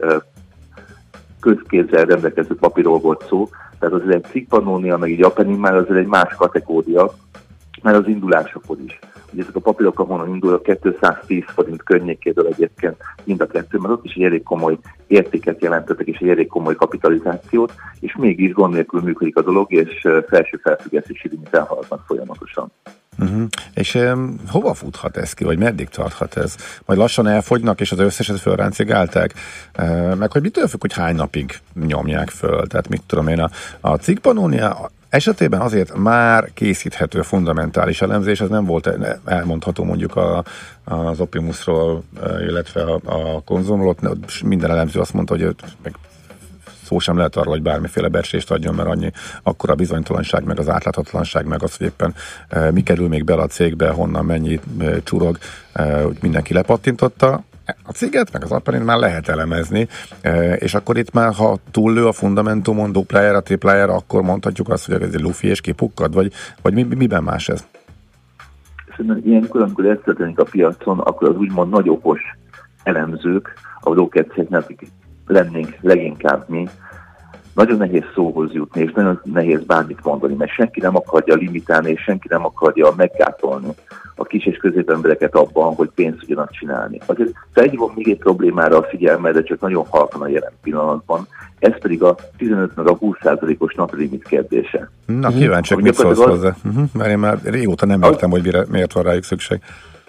közkézzel rendelkező papírról volt szó, tehát az egy cikkpanónia, meg egy Apenin már azért egy más kategória, már az indulásokon is. Ugye ezek a papírok, ahonnan indul a kétszáztíz forint környékéről egyébként mind a kettő, mert ott is egy elég komoly értéket jelentettek, és egy elég komoly kapitalizációt, és mégis gond nélkül működik a dolog, és felső felfüggesztési limiten haladnak folyamatosan. Uh-huh. És um, hova futhat ez ki, vagy meddig tarthat ez? Majd lassan elfogynak, és az összeset fölráncigálták? Uh, meg hogy mitől függ, hogy hány napig nyomják föl? Tehát mit tudom én, a, a cikkpanónia esetében azért már készíthető fundamentális elemzés, ez nem volt elmondható mondjuk a, az Opimusról, illetve a, a Konzumról, minden elemző azt mondta, hogy őt meg szó sem lehet arról, hogy bármiféle becslést adjon, mert annyi akkora bizonytalanság, meg az átláthatatlanság, meg az, hogy éppen e, mi kerül még bele a cégbe, honnan mennyi e, csurog, e, hogy mindenki lepattintotta. A céget, meg az Appenin már lehet elemezni, e, és akkor itt már, ha túllő a fundamentumon, duplájára, a triplájára, akkor mondhatjuk azt, hogy ez egy lufi és kipukkad, vagy, vagy mi, miben más ez? Szerintem ilyenkor, amikor ez történik a piacon, akkor az úgymond nagy okos elemzők, a brokercégnek, akik lennénk leginkább mi, nagyon nehéz szóhoz jutni, és nagyon nehéz bármit mondani, mert senki nem akarja limitálni, és senki nem akarja meggátolni a kis és középembereket abban, hogy pénzt tudjanak csinálni. Azért felhívom még egy problémára a figyelmet, de csak nagyon halkan a jelen pillanatban, ez pedig a tizenöt meg a húsz százalékos napi limit kérdése. Na, kíváncsiak, mit szólsz hozzá? Uh-huh. Mert én már régóta nem értem, hogy mire, miért van rájuk szükség.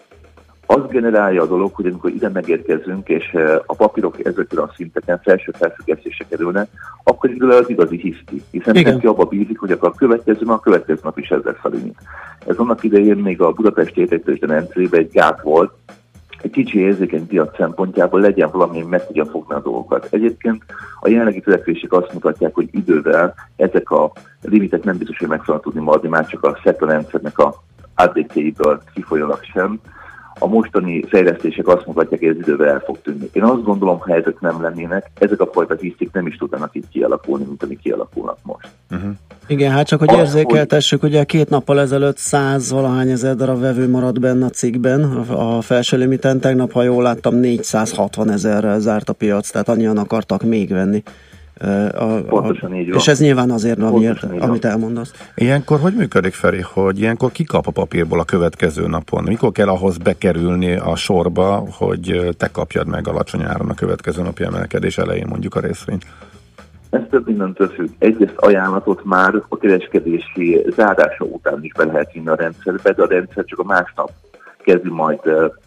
Az generálja a dolog, hogy amikor ide megérkezünk, és a papírok ezekről a szinteken felső felfüggesztésre kerülnek, akkor idő az igazi hiszti. Hiszen mindenki abba bízik, hogy akkor a következő, a következő nap is ez lesz a limit. Ez annak idején még a budapesti értéktőzsde rendszerében egy gát volt, egy kicsi érzékeny piac szempontjából legyen valami, meg tudja fogni a dolgokat. Egyébként a jelenlegi törekvések azt mutatják, hogy idővel ezek a limitek nem biztos, hogy meg fognak tudni maradni, már csak a SEPA rendszernek a átvétjeiből kifolyólag sem. A mostani fejlesztések azt mutatják, hogy ez idővel el fog tűnni. Én azt gondolom, ha ezek nem lennének, ezek a fajta hisztik nem is tudnának így kialakulni, mint amik kialakulnak most. Uh-huh. Igen, hát csak hogy az, érzékeltessük, hogy... ugye két nappal ezelőtt száz valahány ezer darab vevő maradt benne a cikkben, a felső limiten, tegnap, ha jól láttam, négyszázhatvan ezerrel zárt a piac, tehát annyian akartak még venni. A, Pontosan így van. És ez nyilván azért, amiért, amit elmondasz. Ilyenkor hogy működik, Feri, hogy ilyenkor ki kap a papírból a következő napon? Mikor kell ahhoz bekerülni a sorba, hogy te kapjad meg alacsony áron a következő napi emelkedés elején mondjuk a részvényt? Ez több mindentől függ. Egyrészt ajánlatot már a kereskedési zárása után is be lehet vinni a rendszerbe, de a rendszer csak a másnap kezdi majd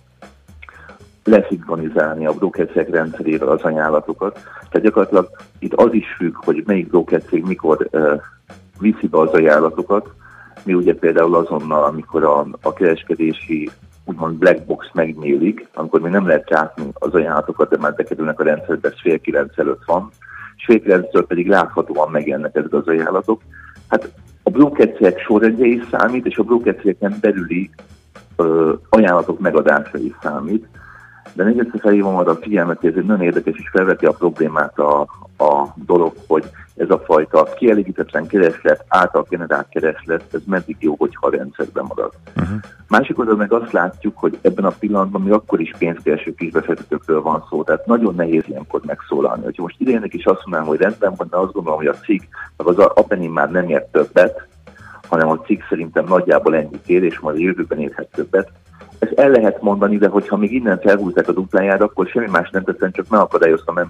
leszinkronizálni a brokercég rendszerével az ajánlatokat. Tehát gyakorlatilag itt az is függ, hogy melyik brokercég mikor uh, viszi be az ajánlatokat. Mi ugye például azonnal, amikor a, a kereskedési úgymond black box megnyílik, amikor még nem lehet látni az ajánlatokat, de már bekerülnek a rendszerbe, ez fél kilenc előtt van, és fél kilenctől pedig láthatóan megjelennek ezek az ajánlatok. Hát a brokercégek sorrendje is számít, és a brokercégeken belüli uh, ajánlatok megadása is számít. De még egyszer felhívom arra a figyelmet, hogy ez egy nagyon érdekes, és felveti a problémát a, a dolog, hogy ez a fajta kielégítetlen kereslet, által generált kereslet, ez meddig jó, hogyha a rendszerben marad. Uh-huh. Másik oldalon meg azt látjuk, hogy ebben a pillanatban még akkor is pénzkereső kisbefektetőkről van szó, tehát nagyon nehéz ilyenkor megszólalni. Hogyha most idejének is azt mondanám, hogy rendben van, de azt gondolom, hogy a cég, meg az Appenin már nem ér többet, hanem a cég szerintem nagyjából ennyit ér, és majd a jövőben érhet többet. Ezt el lehet mondani, de hogyha még innen felhúzták a duplájára, akkor semmi más nem tettem, csak megakadályoztam